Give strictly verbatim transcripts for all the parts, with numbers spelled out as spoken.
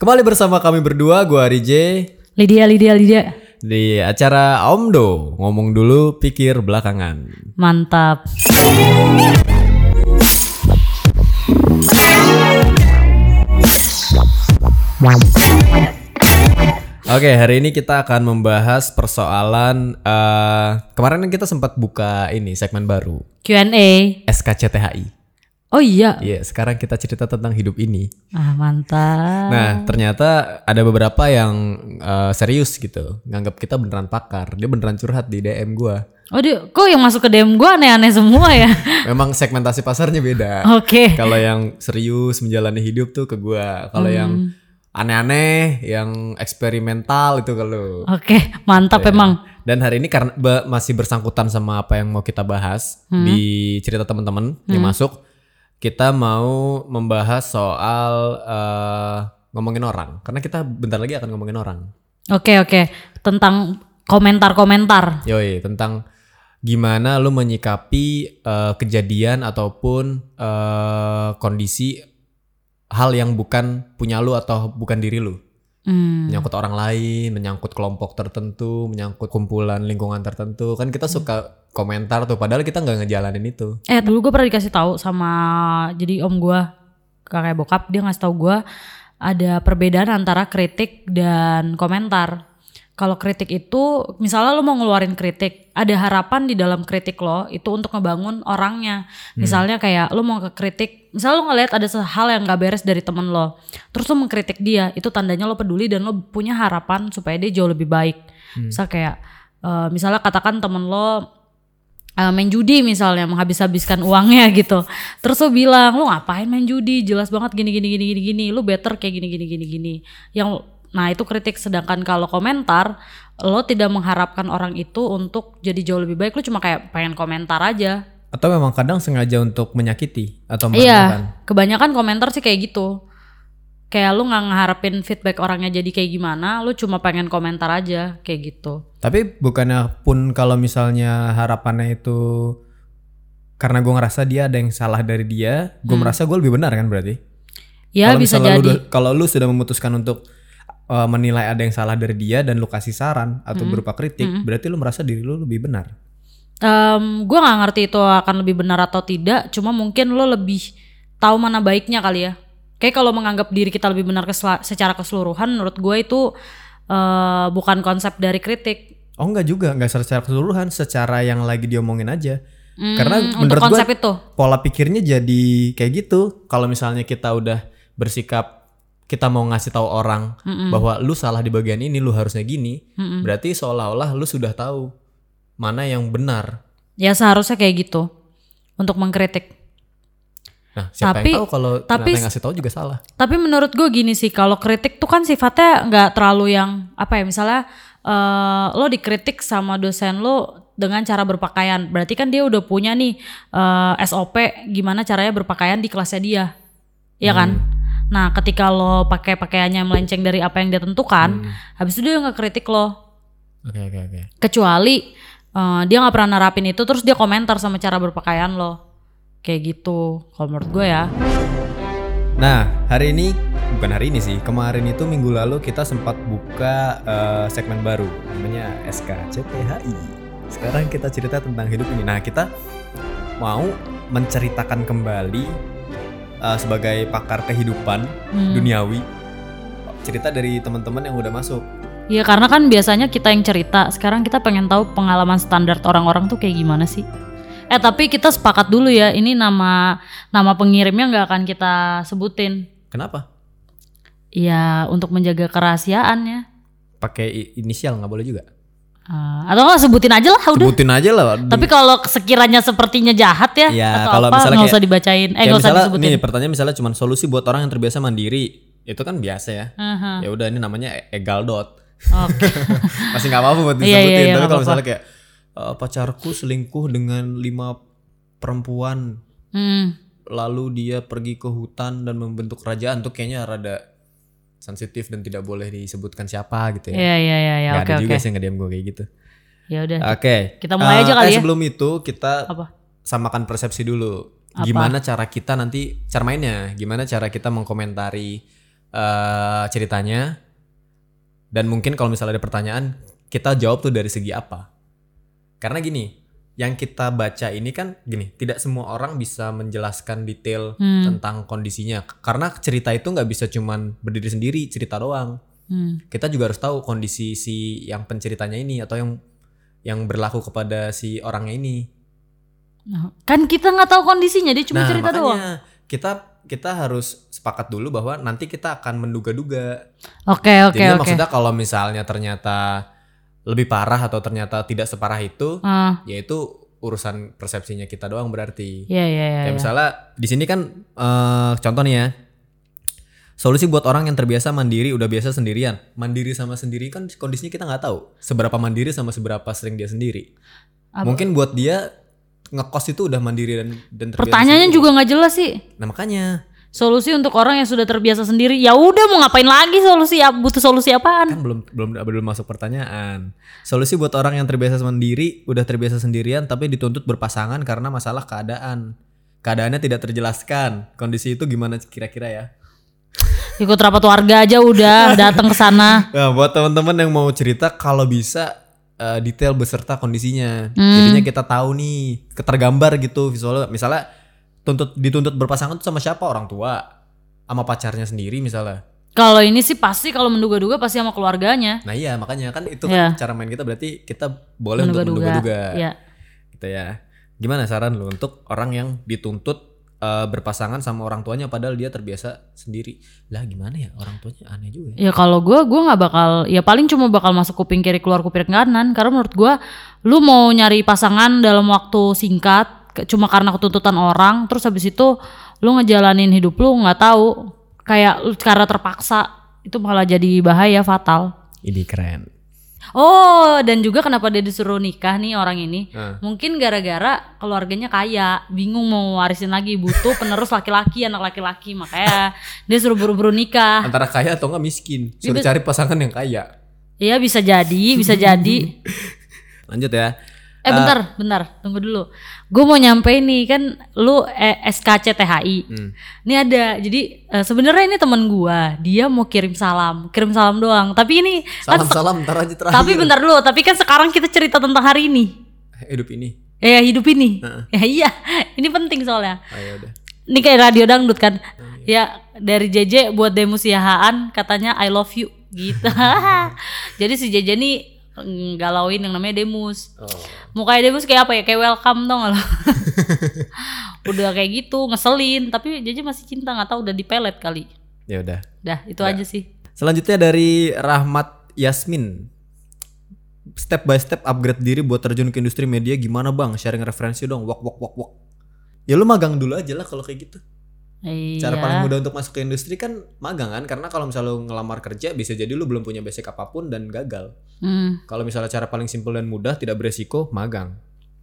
Kembali bersama kami berdua, gue Ari J, Lydia, Lydia, Lydia. di acara Omdo, ngomong dulu, pikir belakangan. Mantap. Oke, hari ini kita akan membahas persoalan uh, kemarin kita sempat buka ini segmen baru Q and A. S K C T H I. Oh iya. Iya, yeah, sekarang kita cerita tentang hidup ini. Ah, mantap. Nah, ternyata ada beberapa yang uh, serius gitu, nganggap kita beneran pakar. Dia beneran curhat di D M gua. Oh, dia, kok yang masuk ke D M gua aneh-aneh semua ya? Memang segmentasi pasarnya beda. Oke. Okay. Kalau yang serius menjalani hidup tuh ke gua. Kalau hmm. yang aneh-aneh, yang eksperimental itu ke lu. Oke, okay, mantap ya. Emang. Dan hari ini karena be- masih bersangkutan sama apa yang mau kita bahas hmm. di cerita teman-teman hmm. yang masuk. Kita mau membahas soal uh, ngomongin orang. Karena kita bentar lagi akan ngomongin orang. Oke, okay, oke. Okay. Tentang komentar-komentar. Yoi, tentang gimana lu menyikapi uh, kejadian ataupun uh, kondisi hal yang bukan punya lu atau bukan diri lu. Hmm. Menyangkut orang lain, menyangkut kelompok tertentu, menyangkut kumpulan lingkungan tertentu. Kan kita suka hmm. komentar tuh, padahal kita nggak ngejalanin itu. Eh dulu gue pernah dikasih tahu sama jadi om gue, kakek bokap, dia ngasih tahu gue ada perbedaan antara kritik dan komentar. Kalau kritik itu, misalnya lo mau ngeluarin kritik, ada harapan di dalam kritik lo itu untuk ngebangun orangnya. Misalnya hmm. kayak lo mau ke kritik, misalnya lo ngelihat ada hal yang gak beres dari temen lo, terus lo mengkritik dia, itu tandanya lo peduli dan lo punya harapan supaya dia jauh lebih baik. Hmm. Misal kayak, uh, misalnya katakan temen lo Uh, main judi misalnya, menghabis-habiskan uangnya gitu. Terus lo bilang, lo ngapain main judi? Jelas banget gini gini gini gini gini. Lo better kayak gini gini gini gini. Yang nah itu kritik. Sedangkan kalau komentar, lo tidak mengharapkan orang itu untuk jadi jauh lebih baik. Lo cuma kayak pengen komentar aja. Atau memang kadang sengaja untuk menyakiti atau merendahkan. Iya, kebanyakan komentar sih kayak gitu. Kayak lu gak ngeharapin feedback orangnya jadi kayak gimana, lu cuma pengen komentar aja, kayak gitu. Tapi bukannya pun kalau misalnya harapannya itu karena gue ngerasa dia ada yang salah dari dia, gue hmm. merasa gue lebih benar kan berarti? Ya kalo bisa jadi. Kalau lu sudah memutuskan untuk uh, menilai ada yang salah dari dia dan lu kasih saran atau hmm. berupa kritik, hmm. berarti lu merasa diri lu lebih benar? Um, gue gak ngerti itu akan lebih benar atau tidak, cuma mungkin lu lebih tahu mana baiknya kali ya. Kayak kalau menganggap diri kita lebih benar kesel- secara keseluruhan, menurut gue itu uh, bukan konsep dari kritik. Oh enggak juga, enggak secara keseluruhan, secara yang lagi diomongin aja. Hmm, Karena menurut gue itu. Pola pikirnya jadi kayak gitu. Kalau misalnya kita udah bersikap, kita mau ngasih tahu orang Mm-mm. bahwa lu salah di bagian ini, lu harusnya gini. Mm-mm. Berarti seolah-olah lu sudah tahu mana yang benar. Ya seharusnya kayak gitu untuk mengkritik. Nah, siapa tapi, yang tahu kalau tapi, yang ngasih tahu juga salah. Tapi menurut gue gini sih, kalau kritik tuh kan sifatnya nggak terlalu yang apa ya, misalnya uh, lo dikritik sama dosen lo dengan cara berpakaian, berarti kan dia udah punya nih uh, S O P gimana caranya berpakaian di kelasnya dia, ya kan? Hmm. Nah, ketika lo pakai pakaiannya melenceng dari apa yang dia tentukan, hmm. habis itu dia nggak kritik lo. Oke okay, oke okay, oke. Okay. Kecuali uh, dia nggak pernah nerapin itu, terus dia komentar sama cara berpakaian lo. Kayak gitu, kalau menurut gue ya. Nah, hari ini, bukan hari ini sih, kemarin itu minggu lalu kita sempat buka uh, segmen baru, namanya S K C T H I. Sekarang kita cerita tentang hidup ini. Nah, kita mau menceritakan kembali uh, sebagai pakar kehidupan hmm. duniawi, cerita dari teman-teman yang udah masuk. Iya, karena kan biasanya kita yang cerita, sekarang kita pengen tahu pengalaman standar orang-orang tuh kayak gimana sih. Eh tapi kita sepakat dulu ya, ini nama nama pengirimnya nggak akan kita sebutin. Kenapa? Ya untuk menjaga kerahasiaannya. Pakai inisial nggak boleh juga? Uh, atau nggak sebutin aja lah udah. Sebutin aja lah. Tapi kalau sekiranya sepertinya jahat ya, ya atau kalau apa nggak usah dibacain. Eh nggak usah disebutin. Nih pertanyaan misalnya cuma solusi buat orang yang terbiasa mandiri, itu kan biasa ya. Uh-huh. Ya udah ini namanya egal dot. Oke. Okay. Masih nggak apa-apa buat disebutin. Iya, iya, iya, tapi kalau misalnya kayak Uh, pacarku selingkuh dengan lima perempuan, hmm. lalu dia pergi ke hutan dan membentuk kerajaan, tuh kayaknya rada sensitif dan tidak boleh disebutkan siapa gitu ya. Iya iya iya. Ya, gak okay, ada juga okay. sih yang nge-D M gue kayak gitu. Ya udah. Oke. Okay. Kita mulai uh, aja kali eh, ya. Sebelum itu kita apa? Samakan persepsi dulu. Apa? Gimana cara kita nanti cara mainnya? Gimana cara kita mengkomentari uh, ceritanya. Dan mungkin kalau misalnya ada pertanyaan, kita jawab tuh dari segi apa. Karena gini, yang kita baca ini kan gini, tidak semua orang bisa menjelaskan detail hmm. tentang kondisinya. Karena cerita itu nggak bisa cuman berdiri sendiri, cerita doang. Hmm. Kita juga harus tahu kondisi si yang penceritanya ini atau yang yang berlaku kepada si orangnya ini. Kan kita nggak tahu kondisinya, dia cuma nah, cerita makanya doang. Kita kita harus sepakat dulu bahwa nanti kita akan menduga-duga. Oke oke Jadi oke. maksudnya kalau misalnya ternyata lebih parah atau ternyata tidak separah itu, uh. yaitu urusan persepsinya kita doang berarti. Iya iya iya. Kayak misalnya di sini kan uh, contoh nih ya. Solusi buat orang yang terbiasa mandiri, udah biasa sendirian. Mandiri sama sendiri kan kondisinya kita nggak tahu. Seberapa mandiri sama seberapa sering dia sendiri. Apa? Mungkin buat dia ngekos itu udah mandiri dan dan terbiasa. Pertanyaannya sendiri. Juga nggak jelas sih. Nah makanya. Solusi untuk orang yang sudah terbiasa sendiri. Ya udah mau ngapain lagi solusi? Butuh solusi apaan? Kan belum belum belum masuk pertanyaan. Solusi buat orang yang terbiasa sendiri, udah terbiasa sendirian tapi dituntut berpasangan karena masalah keadaan. Keadaannya tidak terjelaskan. Kondisi itu gimana kira-kira ya? Ikut rapat warga aja udah datang ke sana. Nah, buat teman-teman yang mau cerita kalau bisa uh, detail beserta kondisinya. Hmm. Jadinya kita tahu nih, ketergambar gitu visualnya. Misalnya tuntut dituntut berpasangan tuh sama siapa? Orang tua, sama pacarnya sendiri misalnya. Kalau ini sih pasti kalau menduga-duga pasti sama keluarganya. Nah iya makanya kan itu ya. Kan cara main kita berarti kita boleh menduga-duga. Untuk menduga-duga. Ya. Gitu ya. Gimana saran lu untuk orang yang dituntut Uh, berpasangan sama orang tuanya padahal dia terbiasa sendiri. Lah gimana ya, orang tuanya aneh juga ya. Ya kalau gue, gue gak bakal, ya paling cuma bakal masuk kuping kiri keluar kuping kanan. Karena menurut gue, lu mau nyari pasangan dalam waktu singkat cuma karena ketuntutan orang, terus habis itu lu ngejalanin hidup lu gak tahu, kayak karena terpaksa, itu malah jadi bahaya, fatal. Ini keren. Oh, dan juga kenapa dia disuruh nikah nih orang ini? Uh. Mungkin gara-gara keluarganya kaya, bingung mau warisin lagi, butuh penerus laki-laki, anak laki-laki, makanya dia suruh buru-buru nikah. Antara kaya atau enggak miskin, suruh ya, cari pasangan yang kaya. Iya bisa jadi, bisa jadi. Lanjut ya. Eh bentar, uh, bentar, tunggu dulu. Gue mau nyampein nih kan, lu eh, S K C T H I. Hmm. Ini ada, jadi uh, sebenarnya ini teman gue, dia mau kirim salam, kirim salam doang. Tapi ini salam-salam, ntar aja terakhir. Tapi bentar dulu, tapi kan sekarang kita cerita tentang hari ini. Hidup ini. Ya hidup ini. Uh-uh. Ya iya, ini penting soalnya. Oh, ya udah. Ini kayak radio dangdut kan. Oh, iya. Ya dari J J buat Demus Yahaan katanya I love you gitu. Jadi si J J nih galauin yang namanya Demus. Oh. Mukanya Demus kayak apa ya? Kayak welcome dong lo. Udah kayak gitu, ngeselin, tapi J J masih cinta, enggak tahu udah dipelet kali. Ya udah. Dah, itu udah. Aja sih. Selanjutnya dari Rahmat Yasmin. Step by step upgrade diri buat terjun ke industri media gimana, Bang? Sharing referensi dong. Wak wak wak wak. Ya lu magang dulu aja lah kalau kayak gitu. Iya. Cara paling mudah untuk masuk ke industri kan magang kan, karena kalau misalnya lu ngelamar kerja bisa jadi lu belum punya basic apapun dan gagal. Hmm. Kalau misalnya cara paling simpel dan mudah tidak beresiko, magang.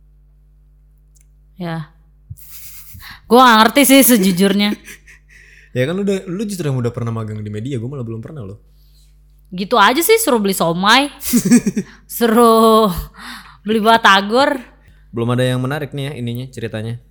Ya. Gue gak ngerti sih sejujurnya. Ya kan lu udah, lu justru yang udah pernah magang di media, gue malah belum pernah loh. Gitu aja sih, suruh beli somai, suruh beli batagor. Belum ada yang menarik nih ya ininya ceritanya.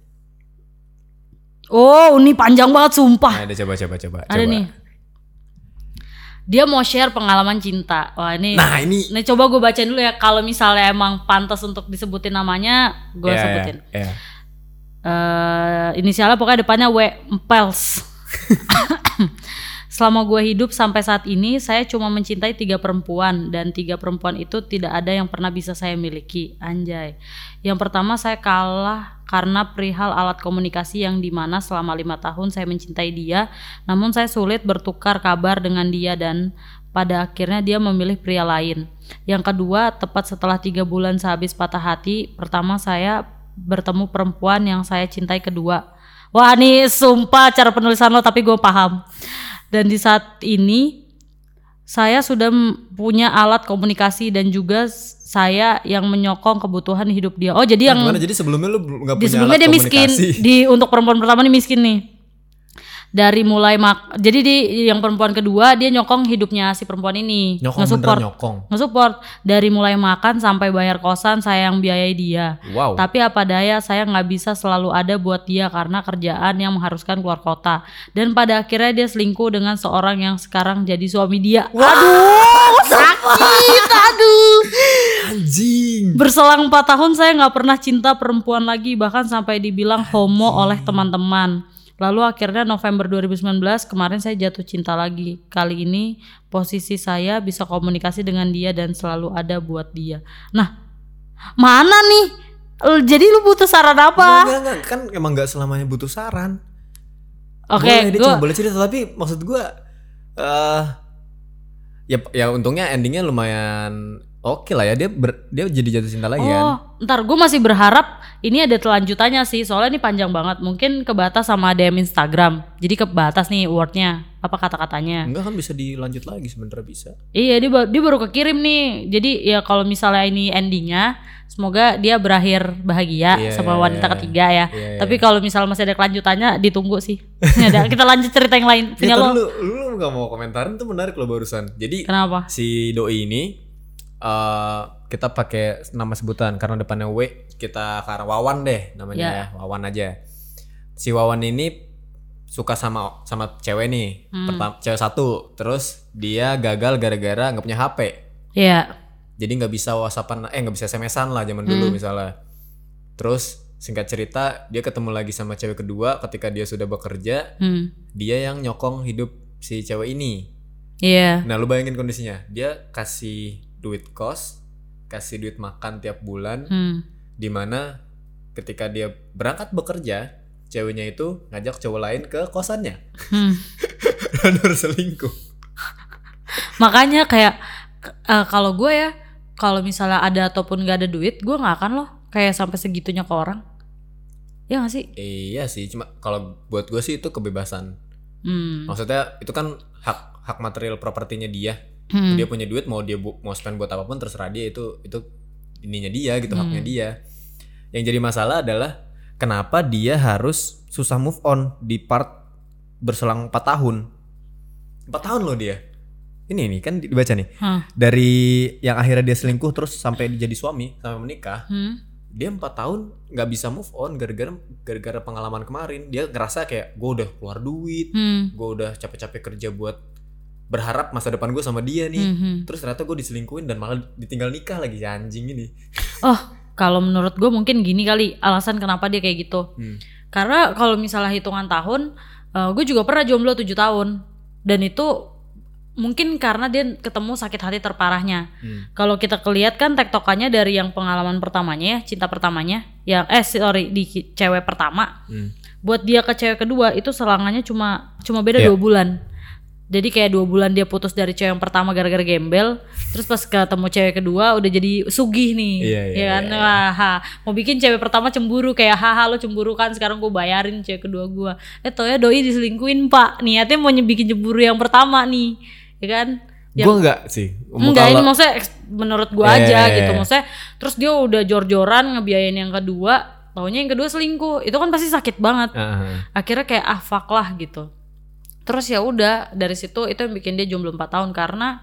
Oh, ini panjang banget sumpah. Nah, ada coba coba coba. Ada coba. nih. Dia mau share pengalaman cinta. Wah ini. Nah ini. Nih coba gue bacain dulu ya. Kalau misalnya emang pantas untuk disebutin namanya, gue yeah, sebutin. Yeah. Uh, inisialnya pokoknya depannya W Empels. Selama gue hidup sampai saat ini, saya cuma mencintai tiga perempuan dan tiga perempuan itu tidak ada yang pernah bisa saya miliki. Anjay. Yang pertama saya kalah karena perihal alat komunikasi yang dimana selama lima tahun saya mencintai dia, namun saya sulit bertukar kabar dengan dia dan pada akhirnya dia memilih pria lain. Yang kedua, tepat setelah tiga bulan sehabis patah hati, pertama saya bertemu perempuan yang saya cintai kedua. Wah ini sumpah cara penulisan lo tapi gue paham. Dan di saat ini saya sudah punya alat komunikasi dan juga saya yang menyokong kebutuhan hidup dia. Oh jadi nah, yang gimana? Jadi sebelumnya lu nggak punya sebelumnya alat dia miskin. Di untuk perempuan pertama nih miskin nih. Dari mulai mak, jadi di yang perempuan kedua dia nyokong hidupnya si perempuan ini, Nyokong nge-support, beneran nyokong. nge-support dari mulai makan sampai bayar kosan saya yang biayai dia. Wow. Tapi apa daya saya nggak bisa selalu ada buat dia karena kerjaan yang mengharuskan keluar kota. Dan pada akhirnya dia selingkuh dengan seorang yang sekarang jadi suami dia. Wah. Aduh, sakit, aduh. Anjing. Berselang empat tahun saya nggak pernah cinta perempuan lagi, bahkan sampai dibilang homo oleh teman-teman. Lalu akhirnya November dua ribu sembilan belas kemarin saya jatuh cinta lagi. Kali ini posisi saya bisa komunikasi dengan dia dan selalu ada buat dia. Nah, mana nih? Jadi lu butuh saran apa? Enggak, enggak, kan emang gak selamanya butuh saran. Oke, boleh, dia gua cuma boleh cerita, tapi maksud gue uh, ya ya untungnya endingnya lumayan oke lah ya, dia ber, dia jadi jatuh cinta lagi kan. Oh, ntar gue masih berharap ini ada telanjutannya sih, soalnya ini panjang banget. Mungkin kebatas sama D M Instagram, jadi kebatas nih wordnya, apa kata-katanya. Enggak kan bisa dilanjut lagi sebenarnya bisa. Iya, dia dia baru kekirim nih. Jadi ya kalau misalnya ini endingnya, semoga dia berakhir bahagia yeah, sama wanita ketiga ya. yeah, Tapi yeah. kalau misalnya masih ada kelanjutannya, ditunggu sih. Ada, kita lanjut cerita yang lain. Punya Ya, lo? lu, lu gak mau komentarin tuh menarik lo barusan. Jadi Kenapa? si doi ini uh, kita pakai nama sebutan karena depannya W, kita karena Wawan deh namanya Yeah. ya, Wawan aja. Si Wawan ini suka sama sama cewek nih, Hmm. pertama cewek satu, terus dia gagal gara-gara nggak punya H P. Iya. Jadi nggak bisa WhatsAppan, eh nggak bisa S M S-an lah zaman dulu Hmm. misalnya. Terus singkat cerita dia ketemu lagi sama cewek kedua ketika dia sudah bekerja. Hmm. Dia yang nyokong hidup si cewek ini. Iya. Nah lu bayangin kondisinya, dia kasih duit kos, kasih duit makan tiap bulan, Hmm. dimana ketika dia berangkat bekerja, ceweknya itu ngajak cowok lain ke kosannya. Hmm. Dan berselingkuh. Makanya kayak uh, kalau gue ya, kalau misalnya ada ataupun gak ada duit, gue nggak akan loh kayak sampai segitunya ke orang. Ya nggak sih? Iya sih, cuma kalau buat gue sih itu kebebasan. Hmm. Maksudnya itu kan hak hak material propertinya dia. Hmm. Dia punya duit, mau dia bu, mau spend buat apapun terserah dia, itu itu ininya dia gitu, Hmm. haknya dia. Yang jadi masalah adalah kenapa dia harus susah move on di part berselang empat tahun. empat tahun loh dia. Ini nih kan dibaca nih. Huh. Dari yang akhirnya dia selingkuh terus sampai dia jadi suami, sampai menikah. Hmm. Dia empat tahun nggak bisa move on gara-gara gara-gara pengalaman kemarin. Dia ngerasa kayak gue udah keluar duit, Hmm. gue udah capek-capek kerja buat berharap masa depan gue sama dia nih. Hmm. Terus ternyata gue diselingkuhin dan malah ditinggal nikah lagi, anjing ini. Oh, kalau menurut gue mungkin gini kali alasan kenapa dia kayak gitu. Hmm. Karena kalau misalnya hitungan tahun, uh, gue juga pernah jomblo tujuh tahun. Dan itu mungkin karena dia ketemu sakit hati terparahnya. Hmm. Kalau kita kelihat kan tektokannya dari yang pengalaman pertamanya ya, cinta pertamanya, yang eh sorry di ki- cewek pertama, Hmm. buat dia ke cewek kedua itu selangannya cuma cuma beda Yeah. dua bulan. Jadi kayak dua bulan dia putus dari cewek yang pertama gara-gara gembel, terus pas ketemu cewek kedua udah jadi sugih nih, Iya, iya, ya kan? iya, iya. Wah, ha. Mau bikin cewek pertama cemburu kayak haha lo cemburu kan, sekarang gue bayarin cewek kedua gue. Eh tau ya doi diselingkuin pak, niatnya mau bikin cemburu yang pertama nih, ya kan? Yang, Gue enggak sih. enggak ini Kalau- maksudnya eks- menurut gue Iya, aja iya, iya. gitu, maksudnya terus dia udah jor-joran ngebiayain yang kedua, taunya yang kedua selingkuh, itu kan pasti sakit banget. Ah, Akhirnya kayak ah fuck lah gitu. Terus ya udah dari situ itu yang bikin dia jomblo empat tahun karena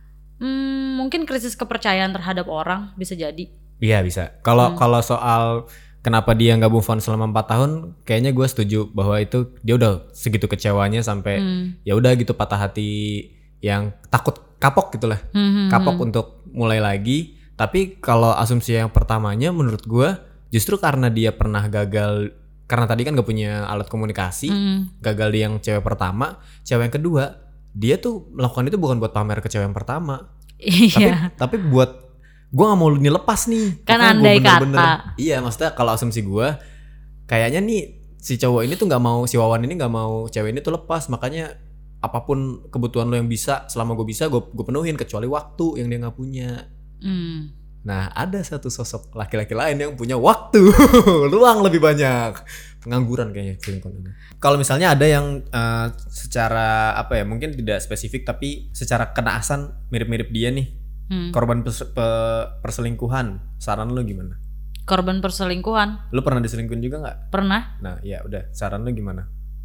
hmm, mungkin krisis kepercayaan terhadap orang bisa jadi. iya bisa. Kalau Hmm. kalau soal kenapa dia nggak move on selama empat tahun, kayaknya gue setuju bahwa itu dia udah segitu kecewanya sampai Hmm. ya udah gitu patah hati yang takut kapok gitulah. Hmm, hmm, Kapok hmm. untuk mulai lagi. Tapi kalau asumsi yang pertamanya menurut gue justru karena dia pernah gagal, karena tadi kan gak punya alat komunikasi, Hmm. gagal di yang cewek pertama, cewek yang kedua dia tuh melakukan itu bukan buat pamer ke cewek yang pertama, tapi Iya. tapi buat gue nggak mau ini lepas nih. Kan Makanya gua andai bener-bener- kata. Iya maksudnya kalau asumsi gue kayaknya nih si cowok ini tuh nggak mau, si Wawan ini nggak mau cewek ini tuh lepas, makanya apapun kebutuhan lo yang bisa selama gue bisa gue gue penuhin kecuali waktu yang dia nggak punya. Hmm. Nah ada satu sosok laki-laki lain yang punya waktu luang lebih banyak, pengangguran kayaknya selingkuhan. Kalau misalnya ada yang uh, secara apa ya mungkin tidak spesifik tapi secara kenaasan mirip-mirip dia nih, Hmm. korban pers- pe- perselingkuhan, saran lu gimana? Korban perselingkuhan Lu pernah diselingkuhin juga nggak? pernah. Nah ya udah, saran lu gimana?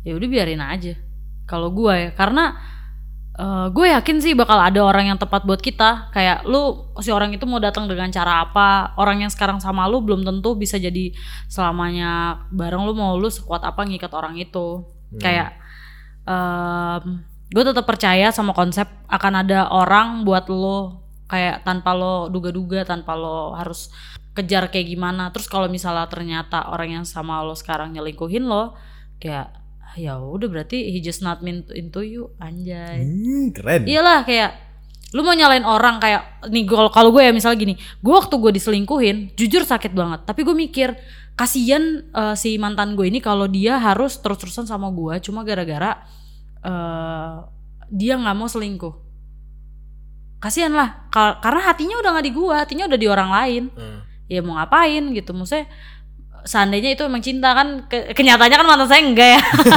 ya udah biarin aja. Kalau gue ya, karena uh, gue yakin sih bakal ada orang yang tepat buat kita. Kayak lu, si orang itu mau datang dengan cara apa, orang yang sekarang sama lu belum tentu bisa jadi selamanya bareng lu. Mau lu sekuat apa ngikat orang itu. hmm. Kayak um, gue tetap percaya sama konsep akan ada orang buat lu, kayak tanpa lo duga-duga, tanpa lo harus kejar kayak gimana. Terus kalau misalnya ternyata orang yang sama lo sekarang nyelingkuhin lo, kayak ya udah berarti he just not meant into you, anjay. Hmm, keren. Iyalah, kayak lu mau nyalain orang, kayak nih kalau kalau gue ya misalnya gini, gue waktu gue diselingkuhin jujur sakit banget, tapi gue mikir kasian uh, si mantan gue ini kalau dia harus terus-terusan sama gue cuma gara-gara uh, dia nggak mau selingkuh. Kasian lah, Ka- karena hatinya udah nggak di gue, hatinya udah di orang lain. hmm. Ya mau ngapain gitu, maksudnya seandainya itu emang cinta kan, ke- kenyataannya kan mantan saya enggak ya.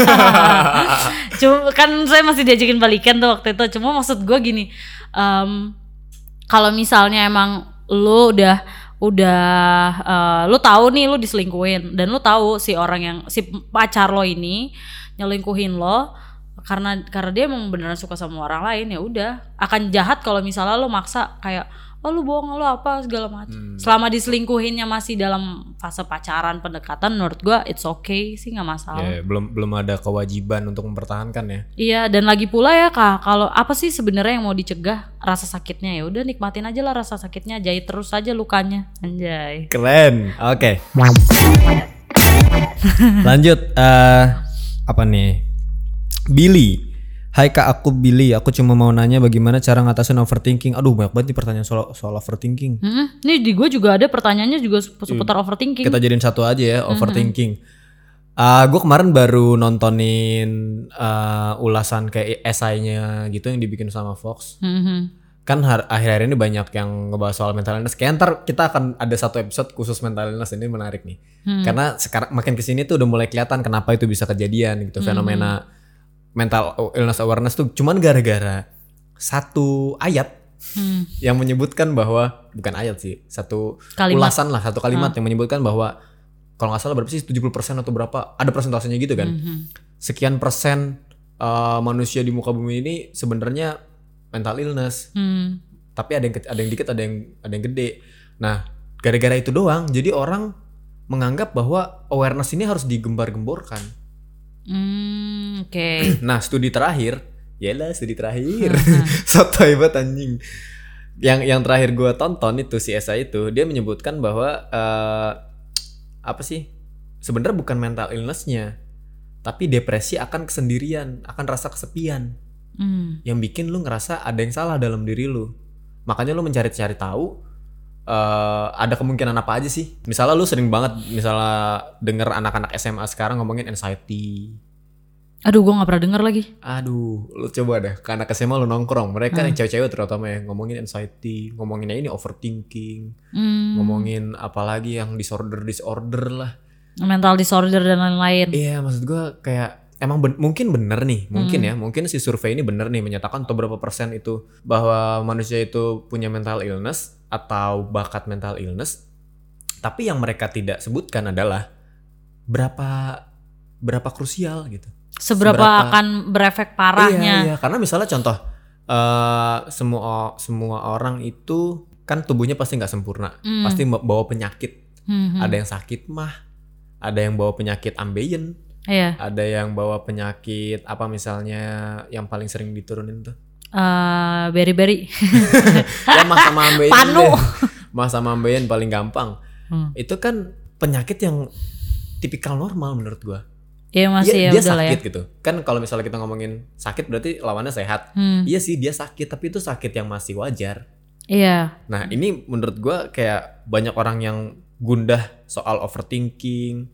Cuma kan saya masih diajakin balikan tuh waktu itu. Cuma maksud gue gini, um, kalau misalnya emang lu udah udah uh, lu tahu nih lu diselingkuhin dan lu tahu si orang yang si pacar lo ini nyelingkuhin lo karena karena dia emang beneran suka sama orang lain, ya udah akan jahat kalau misalnya lo maksa kayak oh lu bohong lu apa segala macam. Hmm. Selama diselingkuhinnya masih dalam fase pacaran pendekatan, menurut gua it's okay sih, nggak masalah. Yeah, belum belum ada kewajiban untuk mempertahankan ya. Iya, dan lagi pula ya kak, kalau apa sih sebenarnya yang mau dicegah rasa sakitnya, ya udah nikmatin aja lah rasa sakitnya, jahit terus aja lukanya, anjay. Keren, oke. Okay. Lanjut, uh, apa nih? Billy. Hai kak, aku Billy. Aku cuma mau nanya bagaimana cara ngatasin overthinking. Aduh, banyak banget nih pertanyaan soal soal overthinking. Mm-hmm. Nih di gue juga ada pertanyaannya juga seputar overthinking. Kita jadiin satu aja ya, overthinking. Mm-hmm. Uh, gue kemarin baru nontonin uh, ulasan kayak esainya gitu yang dibikin sama Fox. Mm-hmm. Kan har- akhir-akhir ini banyak yang ngebahas soal mental illness. Kayak ntar kita akan ada satu episode khusus mental illness, ini menarik nih. Mm-hmm. Karena sekarang makin kesini tuh udah mulai kelihatan kenapa itu bisa kejadian gitu, mm-hmm. fenomena mental illness awareness tuh cuman gara-gara satu ayat hmm. yang menyebutkan bahwa, bukan ayat sih, satu kalimat. Ulasan lah, satu kalimat hmm. yang menyebutkan bahwa kalau gak salah berapa sih, tujuh puluh persen atau berapa, ada persentasenya gitu kan. Hmm. Sekian persen uh, manusia di muka bumi ini sebenarnya mental illness. Hmm. Tapi ada yang ada yang dikit, ada yang ada yang gede. Nah, gara-gara itu doang jadi orang menganggap bahwa awareness ini harus digembar-gemborkan. Hmm, oke. Okay. Nah, studi terakhir, yalah studi terakhir, sotoy banget anjing. Yang yang terakhir gue tonton itu si Esa itu, dia menyebutkan bahwa uh, apa sih? Sebenarnya bukan mental illness-nya, tapi depresi akan kesendirian, akan rasa kesepian, hmm. yang bikin lu ngerasa ada yang salah dalam diri lu. Makanya lu mencari-cari tahu. Uh, ada kemungkinan apa aja sih? Misalnya lu sering banget misalnya denger anak-anak S M A sekarang ngomongin anxiety. Aduh, gue gak pernah denger lagi. Aduh, lu coba deh ke anak S M A lu nongkrong. Mereka hmm. yang cewek-cewek terutama ya, ngomongin anxiety, ngomonginnya ini overthinking, hmm. ngomongin apalagi yang disorder-disorder lah, mental disorder dan lain-lain. Iya, maksud gue kayak emang ben- mungkin bener nih, mungkin hmm. ya, mungkin si survei ini bener nih menyatakan atau berapa persen itu bahwa manusia itu punya mental illness atau bakat mental illness. Tapi yang mereka tidak sebutkan adalah berapa berapa krusial gitu. Seberapa, Seberapa akan berefek parahnya. Iya, iya. Karena misalnya contoh uh, semua semua orang itu kan tubuhnya pasti nggak sempurna, hmm. pasti bawa penyakit. Hmm. Ada yang sakit mah, ada yang bawa penyakit ambeien. Iya. Ada yang bawa penyakit apa misalnya yang paling sering diturunin tuh? Uh, beri-beri. Ya mah sama ambeien. Panu. Mah sama ambeien paling gampang. Hmm. Itu kan penyakit yang tipikal normal menurut gua. Iya masih ya, dia udah sakit ya. Gitu. Kan kalau misalnya kita ngomongin sakit berarti lawannya sehat. Hmm. Iya sih dia sakit, tapi itu sakit yang masih wajar. Iya. Nah ini menurut gua kayak banyak orang yang gundah soal overthinking,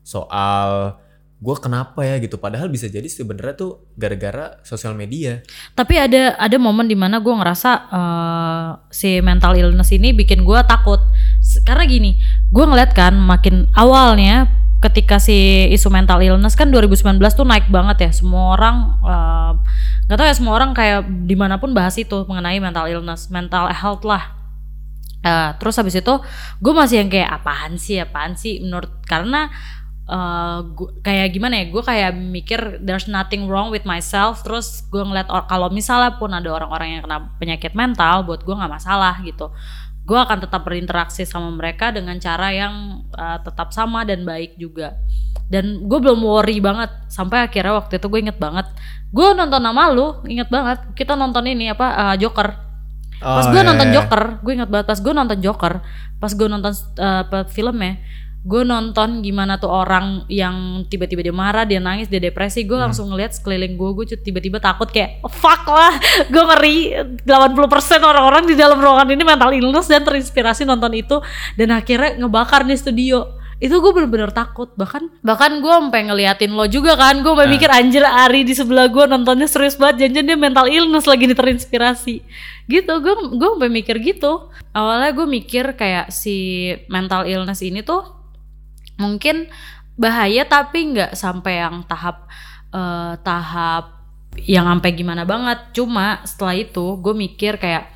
soal gue kenapa ya gitu, padahal bisa jadi sebenarnya tuh gara-gara sosial media. Tapi ada ada momen dimana gue ngerasa uh, si mental illness ini bikin gue takut karena gini, gue ngeliat kan makin awalnya ketika si isu mental illness kan dua ribu sembilan belas tuh naik banget ya, semua orang uh, gak tau ya, semua orang kayak dimanapun bahas itu mengenai mental illness, mental health lah. Uh, terus habis itu gue masih yang kayak apaan sih apaan sih menurut, karena uh, gua, kayak gimana ya, gue kayak mikir there's nothing wrong with myself. Terus gue ngeliat or- kalau misalnya pun ada orang-orang yang kena penyakit mental, buat gue nggak masalah gitu. Gue akan tetap berinteraksi sama mereka dengan cara yang uh, tetap sama dan baik juga. Dan gue belum worry banget sampai akhirnya waktu itu gue inget banget, gue nonton sama lu, inget banget kita nonton ini apa uh, Joker. Pas Oh, gue iya, nonton iya. Joker, gue inget banget pas gue nonton Joker, pas gue nonton uh, filmnya, gue nonton gimana tuh orang yang tiba-tiba dia marah, dia nangis, dia depresi. Gue hmm. langsung ngeliat sekeliling gue, gue tiba-tiba takut kayak oh, fuck lah, gue ngeri delapan puluh persen orang-orang di dalam ruangan ini mental illness dan terinspirasi nonton itu, dan akhirnya ngebakar nih studio. Itu gue bener-bener takut, bahkan bahkan gue sampai ngeliatin lo juga kan, gue sampai nah. mikir anjir Ari di sebelah gue nontonnya serius banget, jangan-jangan dia mental illness lagi nih terinspirasi gitu. Gue gue sampai mikir gitu. Awalnya gue mikir kayak si mental illness ini tuh mungkin bahaya tapi nggak sampai yang tahap uh, tahap yang sampai gimana banget. Cuma setelah itu gue mikir kayak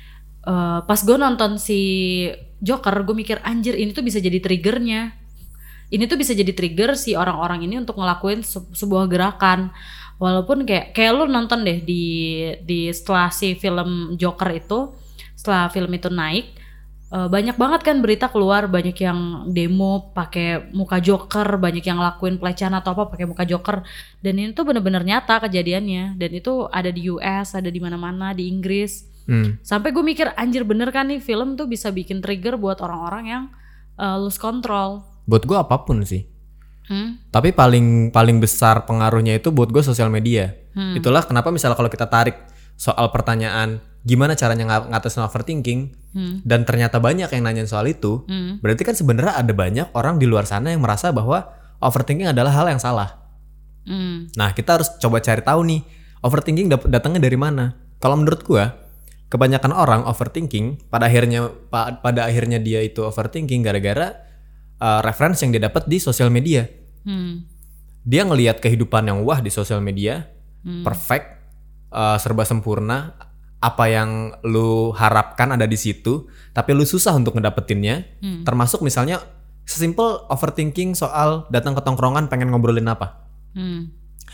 uh, pas gue nonton si Joker, gue mikir anjir ini tuh bisa jadi triggernya. Ini tuh bisa jadi trigger si orang-orang ini untuk ngelakuin se- sebuah gerakan. Walaupun kayak kayak lu nonton deh di di setelah si film Joker itu, setelah film itu naik, uh, banyak banget kan berita keluar, banyak yang demo pakai muka Joker, banyak yang ngelakuin pelecehan atau apa pakai muka Joker. Dan ini tuh benar-benar nyata kejadiannya, dan itu ada di U S, ada di mana-mana, di Inggris. Hmm. Sampai gue mikir anjir bener kan nih film tuh bisa bikin trigger buat orang-orang yang uh, lose control. Buat gue apapun sih. Hmm? Tapi paling paling besar pengaruhnya itu buat gue sosial media. Hmm. Itulah kenapa misalnya kalau kita tarik soal pertanyaan gimana caranya ng- ngatasin overthinking, hmm. dan ternyata banyak yang nanyain soal itu, hmm. berarti kan sebenarnya ada banyak orang di luar sana yang merasa bahwa overthinking adalah hal yang salah. Hmm. Nah kita harus coba cari tahu nih overthinking dat- datangnya dari mana. Kalau menurut gue kebanyakan orang overthinking pada akhirnya pa, pada akhirnya dia itu overthinking gara-gara uh, reference yang dia dapat di sosial media. Hmm. Dia ngelihat kehidupan yang wah di sosial media, hmm. perfect, uh, serba sempurna, apa yang lu harapkan ada di situ, tapi lu susah untuk ngedapetinnya. Hmm. Termasuk misalnya sesimpel overthinking soal datang ke tongkrongan pengen ngobrolin apa. Hmm.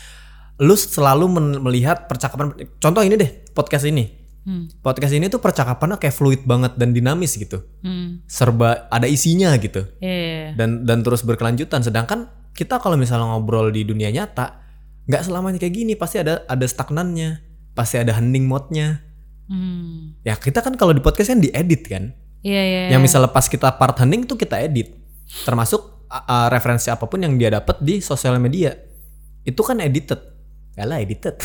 Lu selalu men- melihat percakapan. Contoh ini deh, podcast ini. Hmm. Podcast ini tuh percakapannya kayak fluid banget dan dinamis gitu, hmm. serba ada isinya gitu, yeah. dan dan terus berkelanjutan. Sedangkan kita kalau misalnya ngobrol di dunia nyata, nggak selamanya kayak gini, pasti ada ada stagnannya, pasti ada hening mode-nya. Hmm. Ya kita kan kalau di podcast kan diedit kan, yeah, yeah, yang yeah. misalnya pas kita part hening tuh kita edit, termasuk uh, referensi apapun yang dia dapat di sosial media, itu kan edited. Yalah edited.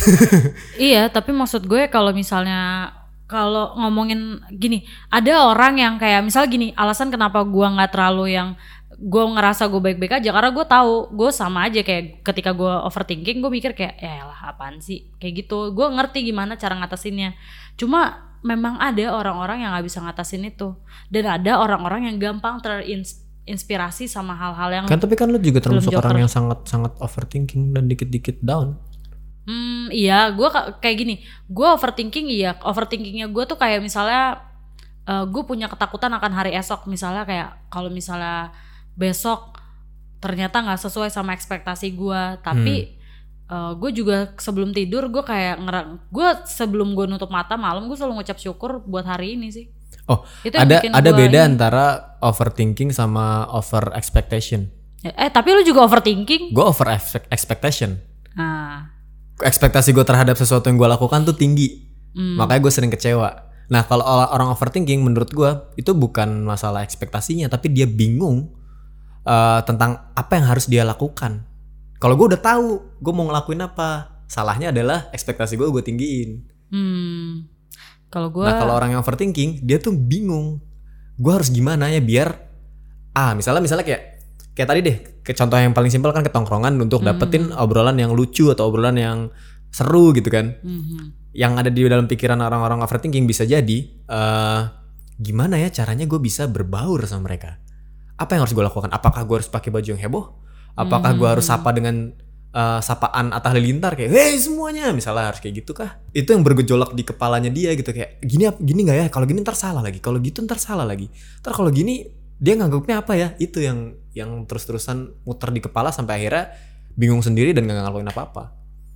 Iya, tapi maksud gue kalau misalnya kalau ngomongin gini, ada orang yang kayak misal gini, alasan kenapa gue nggak terlalu yang gue ngerasa gue baik-baik aja karena gue tahu gue sama aja kayak ketika gue overthinking gue mikir kayak ya lah apaan sih kayak gitu. Gue ngerti gimana cara ngatasinnya. Cuma memang ada orang-orang yang nggak bisa ngatasin itu, dan ada orang-orang yang gampang terinspirasi sama hal-hal yang kan. Tapi kan lu juga termasuk orang yang sangat-sangat overthinking dan dikit-dikit down. Hmm, iya, gue kayak gini, gue overthinking, iya, overthinkingnya gue tuh kayak misalnya, uh, gue punya ketakutan akan hari esok, misalnya kayak kalau misalnya besok ternyata nggak sesuai sama ekspektasi gue, tapi hmm. uh, gue juga sebelum tidur gue kayak ngerang, gue sebelum gue nutup mata malam gue selalu ngucap syukur buat hari ini sih. Oh, itu ada ada beda ini. Antara overthinking sama over expectation. Eh, tapi lu juga overthinking? Gue over expectation. Ah. Ekspektasi gue terhadap sesuatu yang gue lakukan tuh tinggi, hmm. makanya gue sering kecewa. Nah kalau orang overthinking menurut gue itu bukan masalah ekspektasinya, tapi dia bingung uh, tentang apa yang harus dia lakukan. Kalau gue udah tahu gue mau ngelakuin apa, salahnya adalah ekspektasi gue gue tinggiin. Hmm. Kalau gue, nah kalau orang yang overthinking dia tuh bingung, gue harus gimana ya biar, ah misalnya misalnya kayak Kayak tadi deh, ke contoh yang paling simpel kan ketongkrongan untuk dapetin mm-hmm. obrolan yang lucu atau obrolan yang seru gitu kan. Mm-hmm. Yang ada di dalam pikiran orang-orang overthinking bisa jadi, uh, gimana ya caranya gue bisa berbaur sama mereka? Apa yang harus gue lakukan? Apakah gue harus pakai baju yang heboh? Apakah mm-hmm. gue harus sapa dengan uh, sapaan Atta Halilintar kayak, hey semuanya, misalnya harus kayak gitu kah? Itu yang bergejolak di kepalanya dia gitu kayak, gini gini nggak ya? Kalau gini ntar salah lagi, kalau gitu ntar salah lagi, ntar kalau gini dia nganggapnya apa ya, itu yang yang terus-terusan muter di kepala sampai akhirnya bingung sendiri dan gak ngelakuin apa-apa.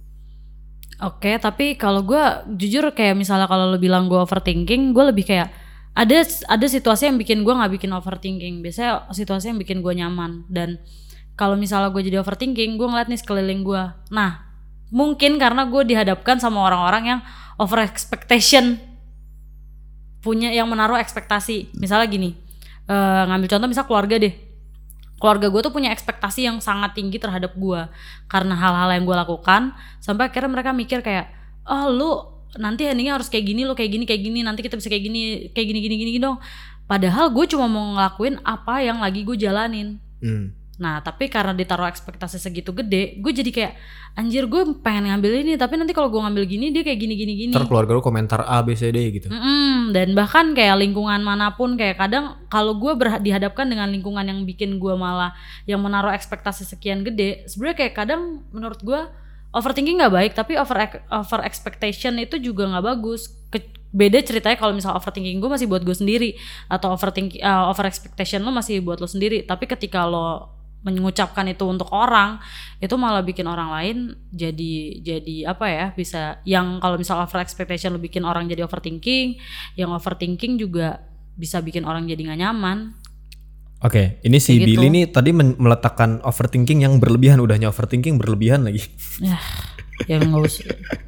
Oke, tapi kalau gue jujur kayak misalnya kalau lo bilang gue overthinking, gue lebih kayak ada ada situasi yang bikin gue nggak bikin overthinking. Biasanya situasi yang bikin gue nyaman. Dan kalau misalnya gue jadi overthinking, gue ngeliat nih sekeliling gue. Nah, mungkin karena gue dihadapkan sama orang-orang yang over expectation, punya yang menaruh ekspektasi. Misalnya gini, uh, ngambil contoh misal keluarga deh. Keluarga gue tuh punya ekspektasi yang sangat tinggi terhadap gue karena hal-hal yang gue lakukan, sampai akhirnya mereka mikir kayak, oh lu nanti endingnya harus kayak gini, lu kayak gini kayak gini, nanti kita bisa kayak gini kayak gini gini gini dong. Padahal gue cuma mau ngelakuin apa yang lagi gue jalanin. Hmm. Nah tapi karena ditaruh ekspektasi segitu gede, gue jadi kayak anjir gue pengen ngambil ini, tapi nanti kalau gue ngambil gini dia kayak gini gini gini. Ntar keluarga lu komentar A B C D gitu. Mm-mm. Dan bahkan kayak lingkungan manapun, kayak kadang kalau gue ber- dihadapkan dengan lingkungan yang bikin gue malah yang menaruh ekspektasi sekian gede, sebenarnya kayak kadang menurut gue overthinking nggak baik, tapi over over expectation itu juga nggak bagus. Ke- beda ceritanya kalau misal overthinking gue masih buat gue sendiri, atau overthinking uh, over expectation lo masih buat lo sendiri. Tapi ketika lo mengucapkan itu untuk orang, itu malah bikin orang lain jadi jadi apa ya, bisa yang kalau misal over expectation lo bikin orang jadi overthinking, yang overthinking juga bisa bikin orang jadi nggak nyaman. Oke, ini si Kayak Billy gitu. nih tadi men- meletakkan overthinking yang berlebihan, udahnya overthinking berlebihan lagi. Ya, ya nggak usah.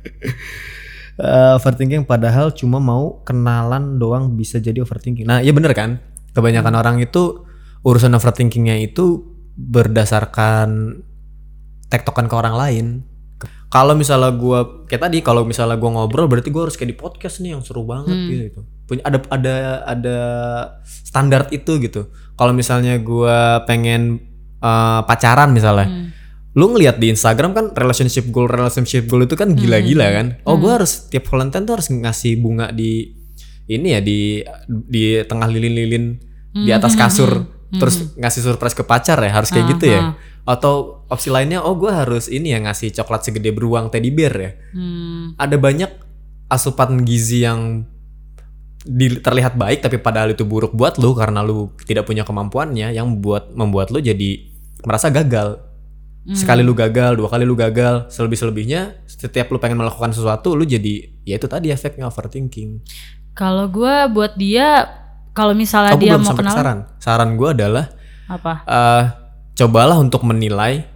uh, overthinking padahal cuma mau kenalan doang bisa jadi overthinking. Nah, iya bener kan? Kebanyakan hmm. orang itu urusan overthinkingnya itu berdasarkan tektokan ke orang lain. Kalau misalnya gue kayak tadi, kalau misalnya gue ngobrol berarti gue harus kayak di podcast nih yang seru banget hmm. gitu. Punya ada ada ada standar itu gitu. Kalau misalnya gue pengen uh, pacaran misalnya, hmm. lu ngelihat di Instagram kan relationship goal relationship goal itu kan gila-gila kan. Oh gue hmm. harus tiap Valentine tuh harus ngasih bunga di ini ya di di tengah lilin-lilin hmm. di atas kasur. Terus mm-hmm. ngasih surprise ke pacar ya, harus kayak uh, gitu ya. Uh. Atau opsi lainnya, oh gue harus ini ya, ngasih coklat segede beruang teddy bear ya. Hmm. Ada banyak asupan gizi yang di, terlihat baik tapi padahal itu buruk buat lu karena lu tidak punya kemampuannya, yang buat membuat lu jadi merasa gagal. Hmm. Sekali lu gagal, dua kali lu gagal, selebih-selebihnya setiap lu pengen melakukan sesuatu lu jadi, ya itu tadi efeknya overthinking. Kalau gue buat dia, kalau misalnya oh, dia belum mau kenal, saran, saran gue adalah apa? Uh, cobalah untuk menilai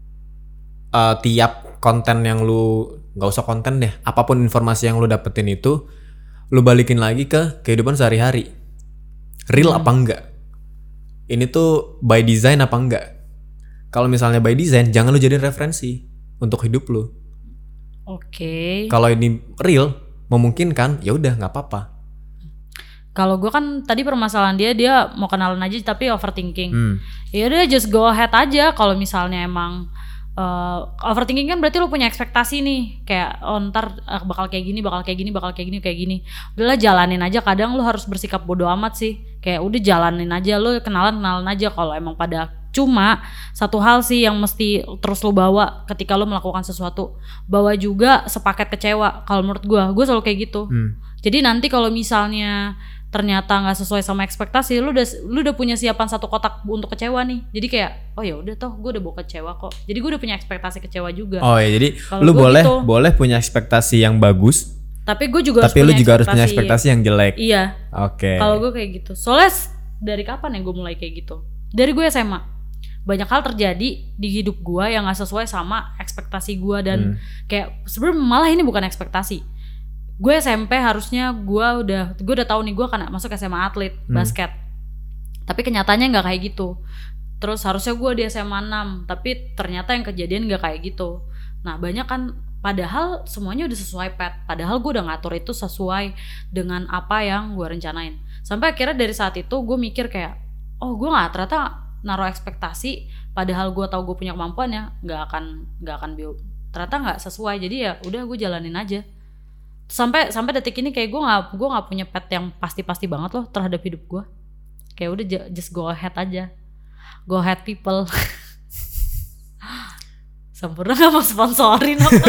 uh, tiap konten yang lu, nggak usah konten deh, apapun informasi yang lu dapetin itu, lu balikin lagi ke kehidupan sehari-hari, real hmm. apa enggak? Ini tuh by design apa enggak? Kalau misalnya by design, jangan lu jadi referensi untuk hidup lu. Oke. Okay. Kalau ini real, memungkinkan, ya udah nggak apa-apa. Kalau gue kan tadi permasalahan dia dia mau kenalan aja tapi overthinking. Hmm. Ya udah just go ahead aja. Kalau misalnya emang uh, overthinking kan berarti lu punya ekspektasi nih, kayak oh ntar uh, bakal kayak gini, bakal kayak gini, bakal kayak gini, kayak gini. Udahlah jalanin aja. Kadang lu harus bersikap bodo amat sih. Kayak udah jalanin aja, lu kenalan kenalan aja. Kalau emang pada cuma satu hal sih yang mesti terus lu bawa ketika lu melakukan sesuatu, bawa juga sepaket kecewa. Kalau menurut gue, gue selalu kayak gitu. Hmm. Jadi nanti kalau misalnya ternyata nggak sesuai sama ekspektasi, lu udah lu udah punya siapan satu kotak untuk kecewa nih. Jadi kayak oh ya udah toh gue udah bawa kecewa kok. Jadi gue udah punya ekspektasi kecewa juga. Oh ya, jadi kalo lu boleh gitu, boleh punya ekspektasi yang bagus. Tapi gue juga tapi harus lu punya juga harus punya ekspektasi yang jelek. Iya. Oke. Okay. Kalau gue kayak gitu. Soalnya dari kapan ya gue mulai kayak gitu? Dari gue S M A. Banyak hal terjadi di hidup gue yang nggak sesuai sama ekspektasi gue dan hmm. kayak sebenarnya malah ini bukan ekspektasi. Gue S M P harusnya gue udah gue udah tahu nih gue akan masuk S M A atlet hmm. basket. Tapi kenyataannya nggak kayak gitu. Terus harusnya gue di S M A enam, tapi ternyata yang kejadian nggak kayak gitu. Nah banyak kan, padahal semuanya udah sesuai pet. Padahal gue udah ngatur itu sesuai dengan apa yang gue rencanain. Sampai akhirnya dari saat itu gue mikir kayak, oh gue nggak ternyata naruh ekspektasi. Padahal gue tahu gue punya kemampuan ya, nggak akan nggak akan bio. Ternyata nggak sesuai. Jadi ya udah gue jalanin aja. Sampai sampai detik ini kayak gue nggak gue nggak punya pet yang pasti-pasti banget loh terhadap hidup gue. Kayak udah just go ahead aja, go ahead people. Sempurna nggak mau sponsorin apa?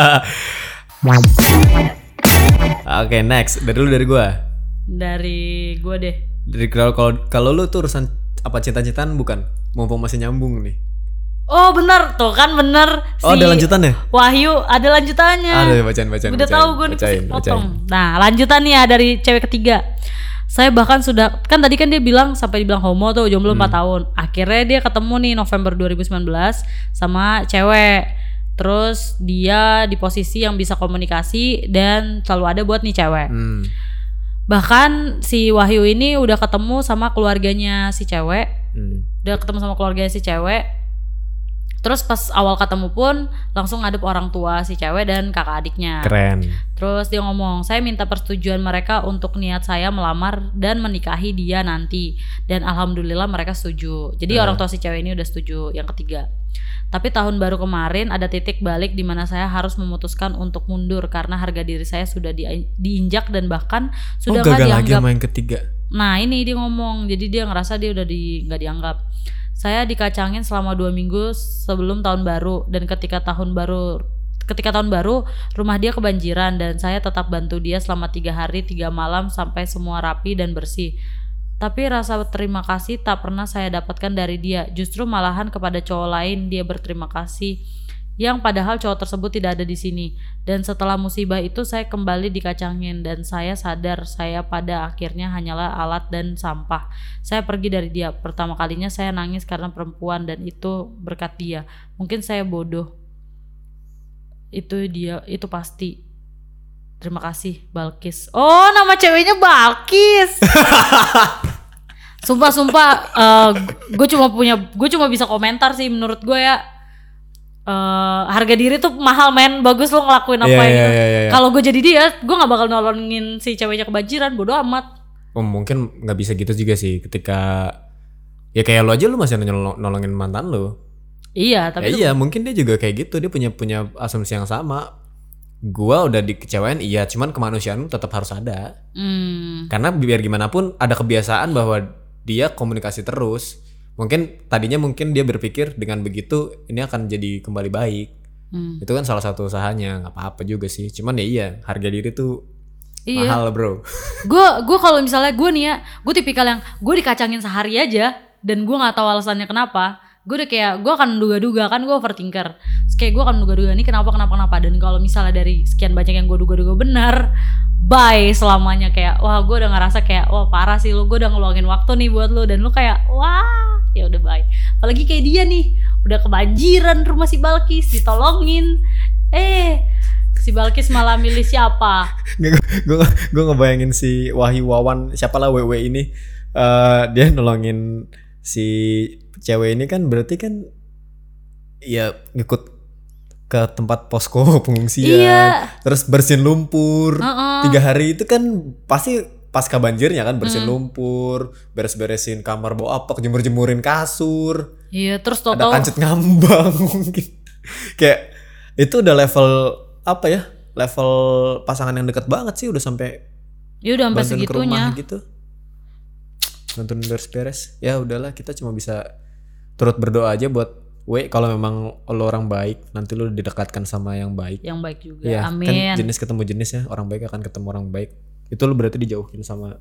Oke okay, next dari lu dari gue. Dari gue deh. Dari kalau kalau kalau lu tuh urusan apa cinta-cintaan bukan? Mumpung masih nyambung nih. Oh benar tuh kan bener. Oh ada lanjutannya? Wahyu ada lanjutannya. Ada bacain bacain. Udah tahu gue nih potong. Nah lanjutan nih ya dari cewek ketiga. Saya bahkan sudah kan tadi kan dia bilang sampai dibilang homo tuh jomblo empat hmm. tahun. Akhirnya dia ketemu nih November dua ribu sembilan belas sama cewek. Terus dia di posisi yang bisa komunikasi dan selalu ada buat nih cewek. Hmm. Bahkan si Wahyu ini udah ketemu sama keluarganya si cewek. Hmm. Udah ketemu sama keluarganya si cewek. Terus pas awal ketemu pun langsung ngadep orang tua si cewek dan kakak adiknya. Keren. Terus dia ngomong, saya minta persetujuan mereka untuk niat saya melamar dan menikahi dia nanti. Dan alhamdulillah mereka setuju. Jadi uh. orang tua si cewek ini udah setuju. Yang ketiga. Tapi tahun baru kemarin ada titik balik di mana saya harus memutuskan untuk mundur karena harga diri saya sudah di, diinjak dan bahkan sudah nggak oh, dianggap. Lagi sama yang ketiga. Nah ini dia ngomong, jadi dia ngerasa dia udah di nggak dianggap. Saya dikacangin selama dua minggu sebelum tahun baru dan ketika tahun baru ketika tahun baru rumah dia kebanjiran dan saya tetap bantu dia selama tiga hari tiga malam sampai semua rapi dan bersih. Tapi rasa terima kasih tak pernah saya dapatkan dari dia. Justru malahan kepada cowok lain dia berterima kasih yang padahal cowok tersebut tidak ada di sini. Dan setelah musibah itu saya kembali dikacangin dan saya sadar saya pada akhirnya hanyalah alat dan sampah. Saya pergi dari dia. Pertama kalinya saya nangis karena perempuan dan itu berkat dia. Mungkin saya bodoh. Itu dia, itu pasti. Terima kasih Balkis. Oh, nama ceweknya Balkis. Sumpah-sumpah uh, gue cuma punya gue cuma bisa komentar sih menurut gue ya. Uh, harga diri tuh mahal men, bagus lo ngelakuin apa yeah, yang yeah, yeah, yeah. Kalau gue jadi dia, gue nggak bakal nolongin si ceweknya kebanjiran, bodo amat. Oh, mungkin nggak bisa gitu juga sih, ketika ya kayak lo aja lo masih nolong, nolongin mantan lo. Iya, tapi ya, iya mungkin dia juga kayak gitu, dia punya punya asumsi yang sama. Gua udah dikecewain, iya, cuman kemanusiaan tetap harus ada. Hmm. Karena biar gimana pun ada kebiasaan bahwa dia komunikasi terus. Mungkin tadinya mungkin dia berpikir dengan begitu ini akan jadi kembali baik. Hmm. Itu kan salah satu usahanya, nggak apa-apa juga sih. Cuman ya iya, harga diri tuh iya. mahal bro. Gue gue kalau misalnya gue nih ya, gue tipikal yang gue dikacangin sehari aja dan gue nggak tahu alasannya kenapa. Gue udah kayak gue akan duga-duga, kan gue overthinker. Terus kayak gue akan duga-duga nih kenapa kenapa kenapa dan kalau misalnya dari sekian banyak yang gue duga-duga benar, bye selamanya. Kayak wah gue udah ngerasa kayak wah parah sih lu, gue udah ngeluangin waktu nih buat lu dan lu kayak wah ya udah bye. Apalagi kayak dia nih udah kebanjiran rumah si Balkis, ditolongin, eh si Balkis malah milih siapa? Gue gue ngebayangin si Wahyu Wawan siapalah W W ini, uh, dia nolongin si cewek ini kan berarti kan ya ngikut ke tempat posko pengungsian, iya. Terus bersihin lumpur uh-uh. tiga hari itu kan pasti pasca banjirnya kan bersihin hmm. lumpur, beres-beresin kamar, bawa apa, jemur-jemurin kasur. Iya, terus tau-tau ada kancut ngambang mungkin. Kayak itu udah level apa ya? Level pasangan yang deket banget sih, udah sampai ya udah sampai segitunya gitu. Nonton beres-beres. Ya udahlah, kita cuma bisa turut berdoa aja buat W, kalau memang lo orang baik, nanti lo didekatkan sama yang baik. Yang baik juga. Ya, amin. Kan jenis ketemu jenis ya, orang baik akan ketemu orang baik. Itu lo berarti dijauhin sama.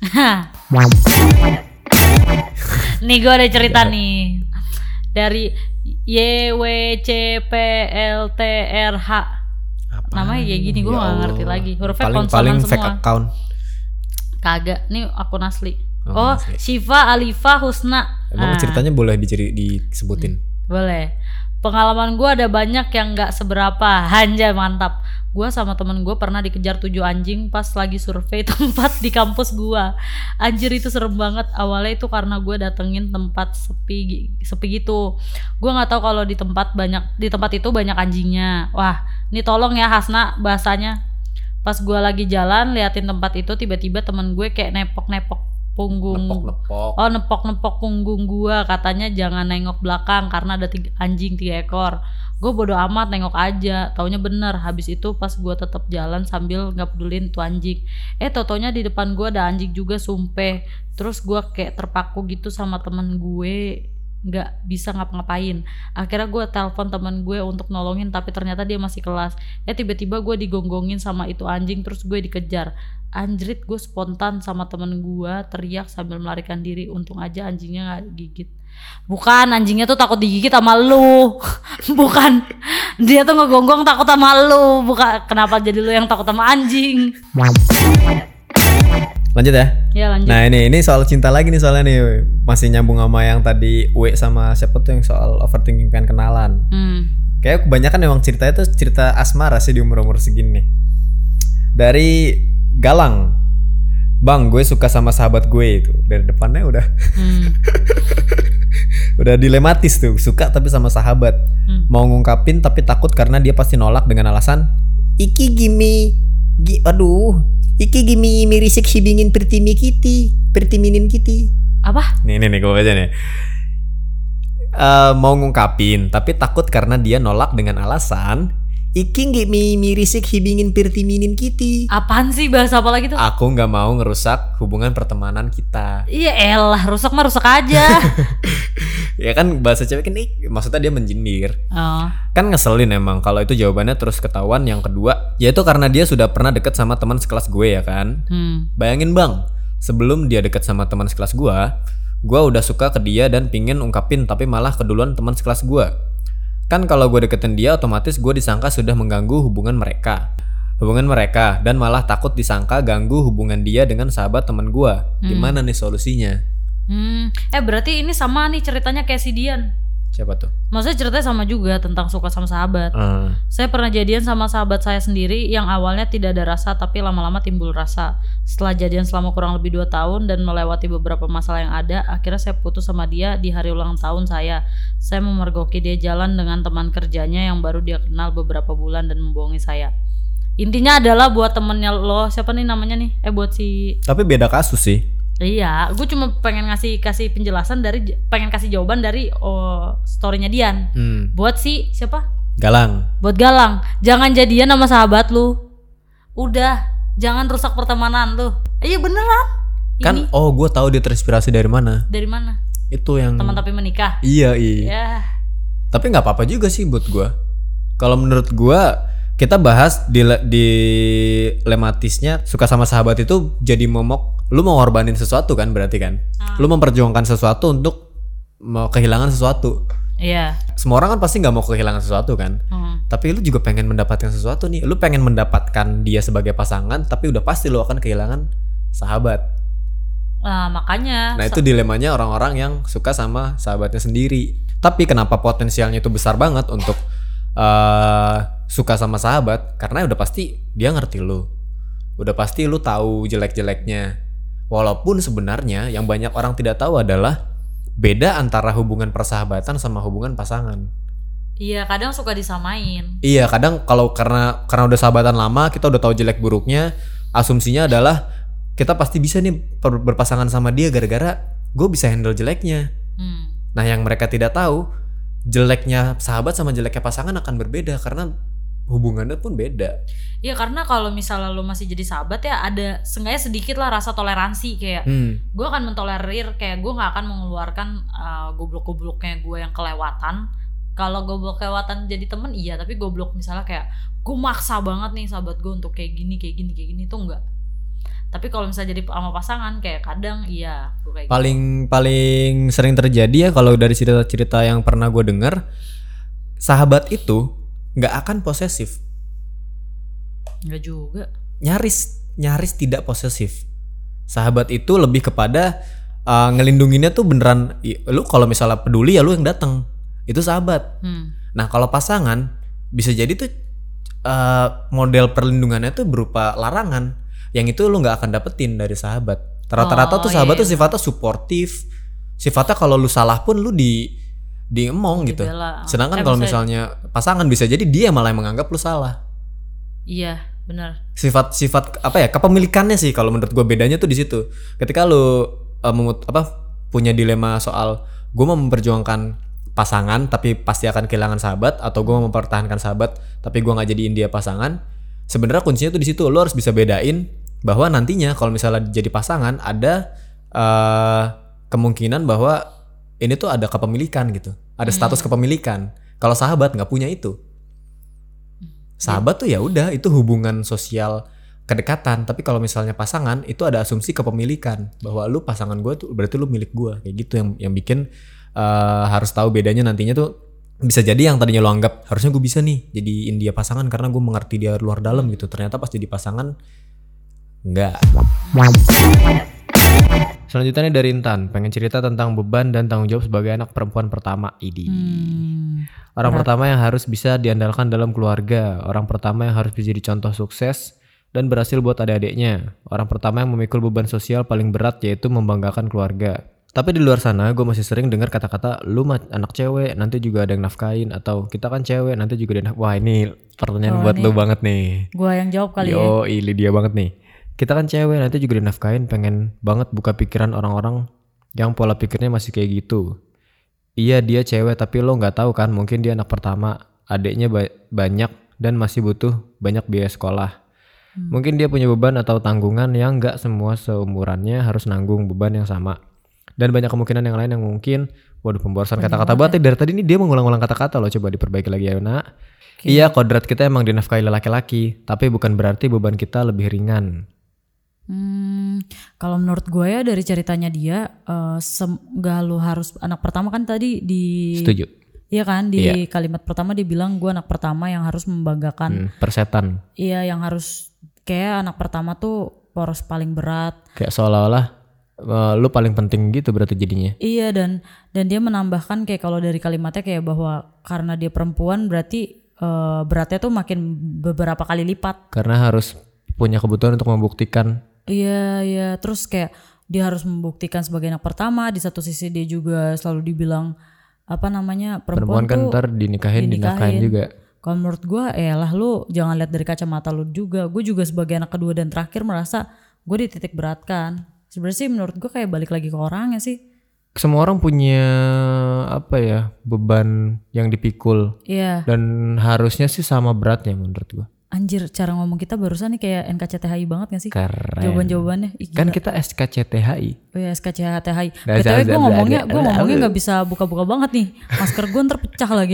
Nih gue ada cerita nih dari Y W C P L T R H. Apa? Namanya kayak gini, gue ya nggak ngerti lagi. Hurufnya paling, konsonan paling semua. Fake account. Kagak, nih akun asli. Oh, oh asli. Syifa Alifa Husna. Emang nah. ceritanya boleh diceri- disebutin? Hmm. Boleh. Pengalaman gue ada banyak yang gak seberapa. Hanja mantap. Gue sama temen gue pernah dikejar tujuh anjing pas lagi survei tempat di kampus gue. Anjir itu serem banget. Awalnya itu karena gue datengin tempat sepi sepi gitu. Gue gak tahu kalau di tempat banyak di tempat itu banyak anjingnya. Wah, ini tolong ya Hasna bahasanya. Pas gue lagi jalan liatin tempat itu, tiba-tiba temen gue kayak nepok-nepok punggung, nepok-nepok. oh nepok-nepok punggung gua, katanya jangan nengok belakang karena ada tiga, anjing tiga ekor. Gue bodo amat, nengok aja, taunya bener. Habis itu pas gua tetap jalan sambil nggak pedulin tuh anjing, eh tau-taunya di depan gua ada anjing juga, sumpeh. Terus gua kayak terpaku gitu sama temen gue, nggak bisa ngapa-ngapain. Akhirnya gue telepon teman gue untuk nolongin, tapi ternyata dia masih kelas. Ya tiba-tiba gue digonggongin sama itu anjing, terus gue dikejar. Anjrit, gue spontan sama temen gue teriak sambil melarikan diri. Untung aja anjingnya nggak gigit. Bukan, anjingnya tuh takut digigit sama lu. Bukan, dia tuh ngegonggong takut sama lu. Bukan, kenapa jadi lu yang takut sama anjing? Lanjut ya. Ya lanjut. Nah ini ini soal cinta lagi nih soalnya nih, masih nyambung sama yang tadi W sama siapa tuh yang soal overthinking pengen kenalan. Hmm. Kayak kebanyakan emang ceritanya tuh cerita asmara sih di umur-umur segini nih. Dari Galang, bang gue suka sama sahabat gue itu. Dari depannya udah hmm. udah dilematis tuh, suka tapi sama sahabat. Hmm. Mau ngungkapin tapi takut karena dia pasti nolak dengan alasan iki gimi, gi, aduh, iki gimi mirisik hibingin pertimi kiti, pertiminin kiti. Apa? Nih nih nih gue baca nih. Uh, mau ngungkapin tapi takut karena dia nolak dengan alasan iki gimi mirisik hibingin pertiminin kiti. Apaan sih, bahasa apa lagi tuh? Aku nggak mau ngerusak hubungan pertemanan kita. Iya elah, rusak mah rusak aja. Ya kan bahasa cewek kan nih, maksudnya dia menjindir. Oh. Kan ngeselin emang kalau itu jawabannya terus ketahuan. Yang kedua, yaitu karena dia sudah pernah deket sama teman sekelas gue ya kan. Hmm. Bayangin bang, sebelum dia deket sama teman sekelas gue, gue udah suka ke dia dan pingin ungkapin tapi malah keduluan teman sekelas gue. Kan kalau gue deketin dia otomatis gue disangka sudah mengganggu hubungan mereka. Hubungan mereka dan malah takut disangka ganggu hubungan dia dengan sahabat teman gue. Hmm. Gimana nih solusinya? Hmm, eh berarti ini sama nih ceritanya kayak si Dian. Siapa tuh? Maksudnya ceritanya sama juga tentang suka sama sahabat. Uh. Saya pernah jadian sama sahabat saya sendiri yang awalnya tidak ada rasa tapi lama-lama timbul rasa. Setelah jadian selama kurang lebih dua tahun dan melewati beberapa masalah yang ada, akhirnya saya putus sama dia di hari ulang tahun saya. Saya memergoki dia jalan dengan teman kerjanya yang baru dia kenal beberapa bulan dan membohongi saya. Intinya adalah buat temennya lo, siapa nih namanya nih? Eh buat si... Tapi beda kasus sih. Iya, gue cuma pengen ngasih kasih penjelasan dari pengen kasih jawaban dari oh, story-nya Dian. Hmm. Buat si siapa? Galang. Buat Galang, jangan jadian sama sahabat lu. Udah, jangan rusak pertemanan lu. Iya beneran. Kan ini. Oh, gue tahu dia terinspirasi dari mana? Dari mana? Itu yang teman tapi menikah. Iya, iya. Ya. Tapi nggak apa-apa juga sih buat gue. Kalau menurut gue kita bahas di di lematisnya suka sama sahabat itu jadi momok. Lu mau ngorbanin sesuatu kan berarti kan? Hmm. Lu memperjuangkan sesuatu untuk mau kehilangan sesuatu. Iya. Semua orang kan pasti nggak mau kehilangan sesuatu kan? Hmm. Tapi lu juga pengen mendapatkan sesuatu nih. Lu pengen mendapatkan dia sebagai pasangan, tapi udah pasti lu akan kehilangan sahabat. Nah makanya. Nah itu dilemanya orang-orang yang suka sama sahabatnya sendiri. Tapi kenapa potensialnya itu besar banget untuk uh, suka sama sahabat? Karena udah pasti dia ngerti lu. Udah pasti lu tahu jelek-jeleknya. Walaupun sebenarnya yang banyak orang tidak tahu adalah beda antara hubungan persahabatan sama hubungan pasangan. Iya, kadang suka disamain. Iya, kadang kalau karena karena udah sahabatan lama, kita udah tahu jelek buruknya, asumsinya adalah kita pasti bisa nih berpasangan sama dia gara-gara gue bisa handle jeleknya. Hmm. Nah, yang mereka tidak tahu, jeleknya sahabat sama jeleknya pasangan akan berbeda karena hubungannya pun beda. Iya karena kalau misalnya lo masih jadi sahabat ya ada seenggaknya sedikit lah rasa toleransi kayak hmm. gue akan mentolerir kayak gue nggak akan mengeluarkan uh, goblok-gobloknya gue yang kelewatan. Kalau goblok kelewatan jadi temen iya, tapi goblok misalnya kayak gue maksa banget nih sahabat gue untuk kayak gini kayak gini kayak gini tuh enggak. Tapi kalau misalnya jadi sama pasangan kayak kadang iya gue kayak paling gitu. Paling sering terjadi ya kalau dari cerita-cerita yang pernah gue dengar, sahabat itu nggak akan posesif. Nggak juga. Nyaris, nyaris tidak posesif. Sahabat itu lebih kepada uh, ngelindunginnya tuh beneran. Lu kalau misalnya peduli ya lu yang datang. Itu sahabat. Hmm. Nah kalau pasangan bisa jadi tuh uh, model perlindungannya tuh berupa larangan. Yang itu lu nggak akan dapetin dari sahabat. Rata-rata oh, tuh sahabat iya. tuh sifatnya suportif. Sifatnya kalau lu salah pun lu di diemong gitu. Sedangkan eh, kalau misalnya pasangan bisa jadi dia malah yang menganggap lu salah. Iya, benar. Sifat-sifat apa ya? Kepemilikannya sih kalau menurut gue bedanya tuh di situ. Ketika lu uh, memut apa punya dilema soal gue mau memperjuangkan pasangan tapi pasti akan kehilangan sahabat atau gue mau mempertahankan sahabat tapi gue nggak jadiin dia pasangan. Sebenarnya kuncinya tuh di situ. Lu harus bisa bedain bahwa nantinya kalau misalnya jadi pasangan ada uh, kemungkinan bahwa ini tuh ada kepemilikan gitu, ada status kepemilikan. Kalau sahabat nggak punya itu. Sahabat tuh ya udah itu hubungan sosial kedekatan, tapi kalau misalnya pasangan itu ada asumsi kepemilikan bahwa lu pasangan gue tuh berarti lu milik gue, kayak gitu yang yang bikin uh, harus tahu bedanya nantinya tuh. Bisa jadi yang tadinya lo anggap harusnya gue bisa nih jadiin dia pasangan karena gue mengerti dia luar dalam gitu, ternyata pas jadi pasangan enggak. Selanjutnya dari Intan, pengen cerita tentang beban dan tanggung jawab sebagai anak perempuan pertama. Idi. Hmm, orang berat. Pertama yang harus bisa diandalkan dalam keluarga, orang pertama yang harus bisa jadi contoh sukses dan berhasil buat adik-adiknya. Orang pertama yang memikul beban sosial paling berat yaitu membanggakan keluarga. Tapi di luar sana gue masih sering dengar kata-kata lu mah anak cewek nanti juga ada yang nafkain, atau kita kan cewek nanti juga ada yang nafkain. Wah ini pertanyaan oh, buat lu banget nih. Gue yang jawab kali Yo, ya. Yo ili dia banget nih. Kita kan cewek nanti juga dinafkain, pengen banget buka pikiran orang-orang yang pola pikirnya masih kayak gitu. Iya dia cewek tapi lo gak tahu kan mungkin dia anak pertama, adiknya ba- banyak dan masih butuh banyak biaya sekolah. Hmm. Mungkin dia punya beban atau tanggungan yang gak semua seumurannya harus nanggung beban yang sama. Dan banyak kemungkinan yang lain yang mungkin, waduh pemborosan kata-kata banget dari tadi ini dia mengulang-ulang kata-kata loh, coba diperbaiki lagi ya nak. Okay. Iya kodrat kita emang dinafkahi laki-laki, tapi bukan berarti beban kita lebih ringan. Hmm, kalau menurut gue ya dari ceritanya dia, uh, sem- gak lu harus anak pertama kan tadi di. Setuju. Iya kan di iya. Kalimat pertama dia bilang gue anak pertama yang harus membanggakan. Hmm, persetan. Iya yang harus kayak anak pertama tuh poros paling berat. Kayak seolah-olah uh, lu paling penting gitu berarti jadinya. Iya dan dan dia menambahkan kayak kalau dari kalimatnya kayak bahwa karena dia perempuan berarti uh, beratnya tuh makin beberapa kali lipat. Karena harus punya kebutuhan untuk membuktikan. Iya, iya. Terus kayak dia harus membuktikan sebagai anak pertama. Di satu sisi dia juga selalu dibilang apa namanya perempuan, perempuan kan tuh ntar dinikahin, dinikahin juga. Kalau menurut gue, ya lah lu jangan lihat dari kacamata lu juga. Gue juga sebagai anak kedua dan terakhir merasa gue dititik beratkan. Sebenarnya sih menurut gue kayak balik lagi ke orangnya sih. Semua orang punya apa ya beban yang dipikul. Iya. Dan harusnya sih sama beratnya menurut gue. Anjir, cara ngomong kita barusan nih kayak N K C T H I banget gak sih? Keren. Jawaban-jawabannya. Ih, kan kita S K C T H I. Oh ya S K C T H I. B T W gue ngomongnya, gue ngomongnya nggak bisa buka-buka banget nih. Masker gue ntar pecah lagi.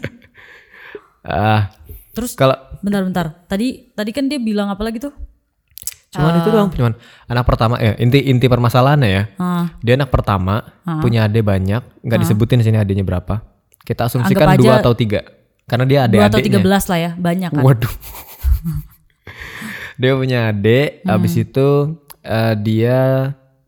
Ah. Terus kalau bentar-bentar. Tadi tadi kan dia bilang apa lagi tuh? Cuman uh, itu doang, cuman anak pertama ya. Inti inti permasalahannya ya. Uh, dia anak pertama, uh, punya adik banyak, nggak uh, disebutin di sini adiknya berapa. Kita asumsikan dua atau tiga. Karena dia ada adiknya. Dua atau tiga belas lah ya, banyak kan. Waduh. Dia punya adik, hmm. abis itu uh, dia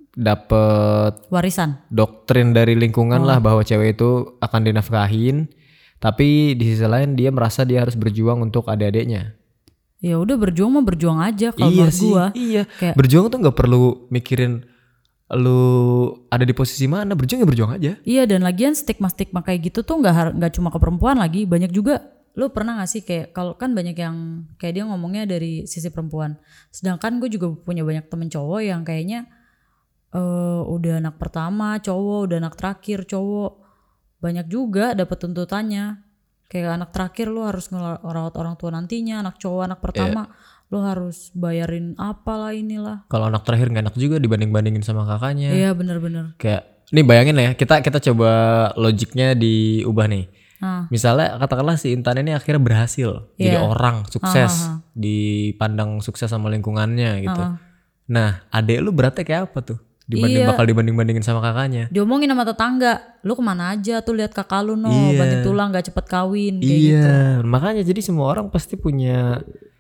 dapet warisan. Doktrin dari lingkungan oh. lah bahwa cewek itu akan dinafkahin. Tapi di sisi lain dia merasa dia harus berjuang untuk adik-adiknya. Ya udah berjuang mah berjuang aja kalau iya menurut sih, gua. Iya. Kayak, berjuang tuh nggak perlu mikirin lu ada di posisi mana, berjuang ya berjuang aja. Iya dan lagian stigma-stigma kayak gitu tuh nggak nggak cuma ke perempuan lagi, banyak juga. Lu pernah nggak sih kayak kalau kan banyak yang kayak dia ngomongnya dari sisi perempuan, sedangkan gue juga punya banyak temen cowok yang kayaknya uh, udah anak pertama cowok, udah anak terakhir cowok, banyak juga dapat tuntutannya. Kayak anak terakhir lu harus ngerawat orang tua nantinya, anak cowok anak pertama yeah. Lu harus bayarin apalah inilah. Kalau anak terakhir gak enak juga dibanding-bandingin sama kakaknya. Iya benar-benar. Kayak, nih bayangin ya, kita kita coba logiknya diubah nih. Ah. Misalnya katakanlah si Intan ini akhirnya berhasil yeah. jadi orang sukses, ah, ah, ah. dipandang sukses sama lingkungannya gitu. Ah, ah. Nah, adek lu beratnya kayak apa tuh? Dibanding iya. bakal dibanding-bandingin sama kakaknya. Diomongin sama tetangga, lu kemana aja tuh lihat kakak lu no, iya. banting tulang gak cepet kawin kayak iya. gitu. Makanya jadi semua orang pasti punya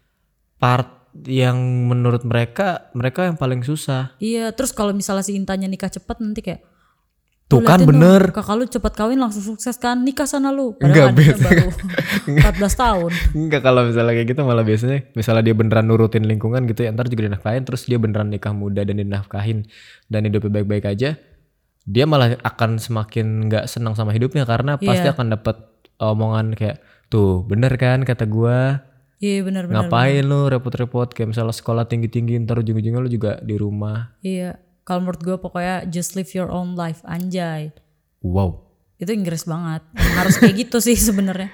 part yang menurut mereka mereka yang paling susah. Iya, terus kalau misalnya si Intannya nikah cepet nanti kayak tuh kan bener. Tuh, kakak lu cepet kawin langsung sukses kan, nikah sana lu. Padahal adiknya baru empat belas tahun. Enggak, kalau misalnya kayak gitu malah biasanya misalnya dia beneran nurutin lingkungan gitu ya, ntar juga dinafkahin, terus dia beneran nikah muda dan dinafkahin dan hidupnya baik-baik aja, dia malah akan semakin gak senang sama hidupnya karena yeah. pasti akan dapat omongan kayak tuh bener kan kata gua. Iya bener bener. Ngapain bener. lu repot-repot kayak misalnya sekolah tinggi-tinggi ntar ujung-ujungnya lu juga di rumah. Iya. Kalau menurut gue pokoknya just live your own life, anjay. Wow. Itu Inggris banget. Harus kayak gitu sih sebenarnya.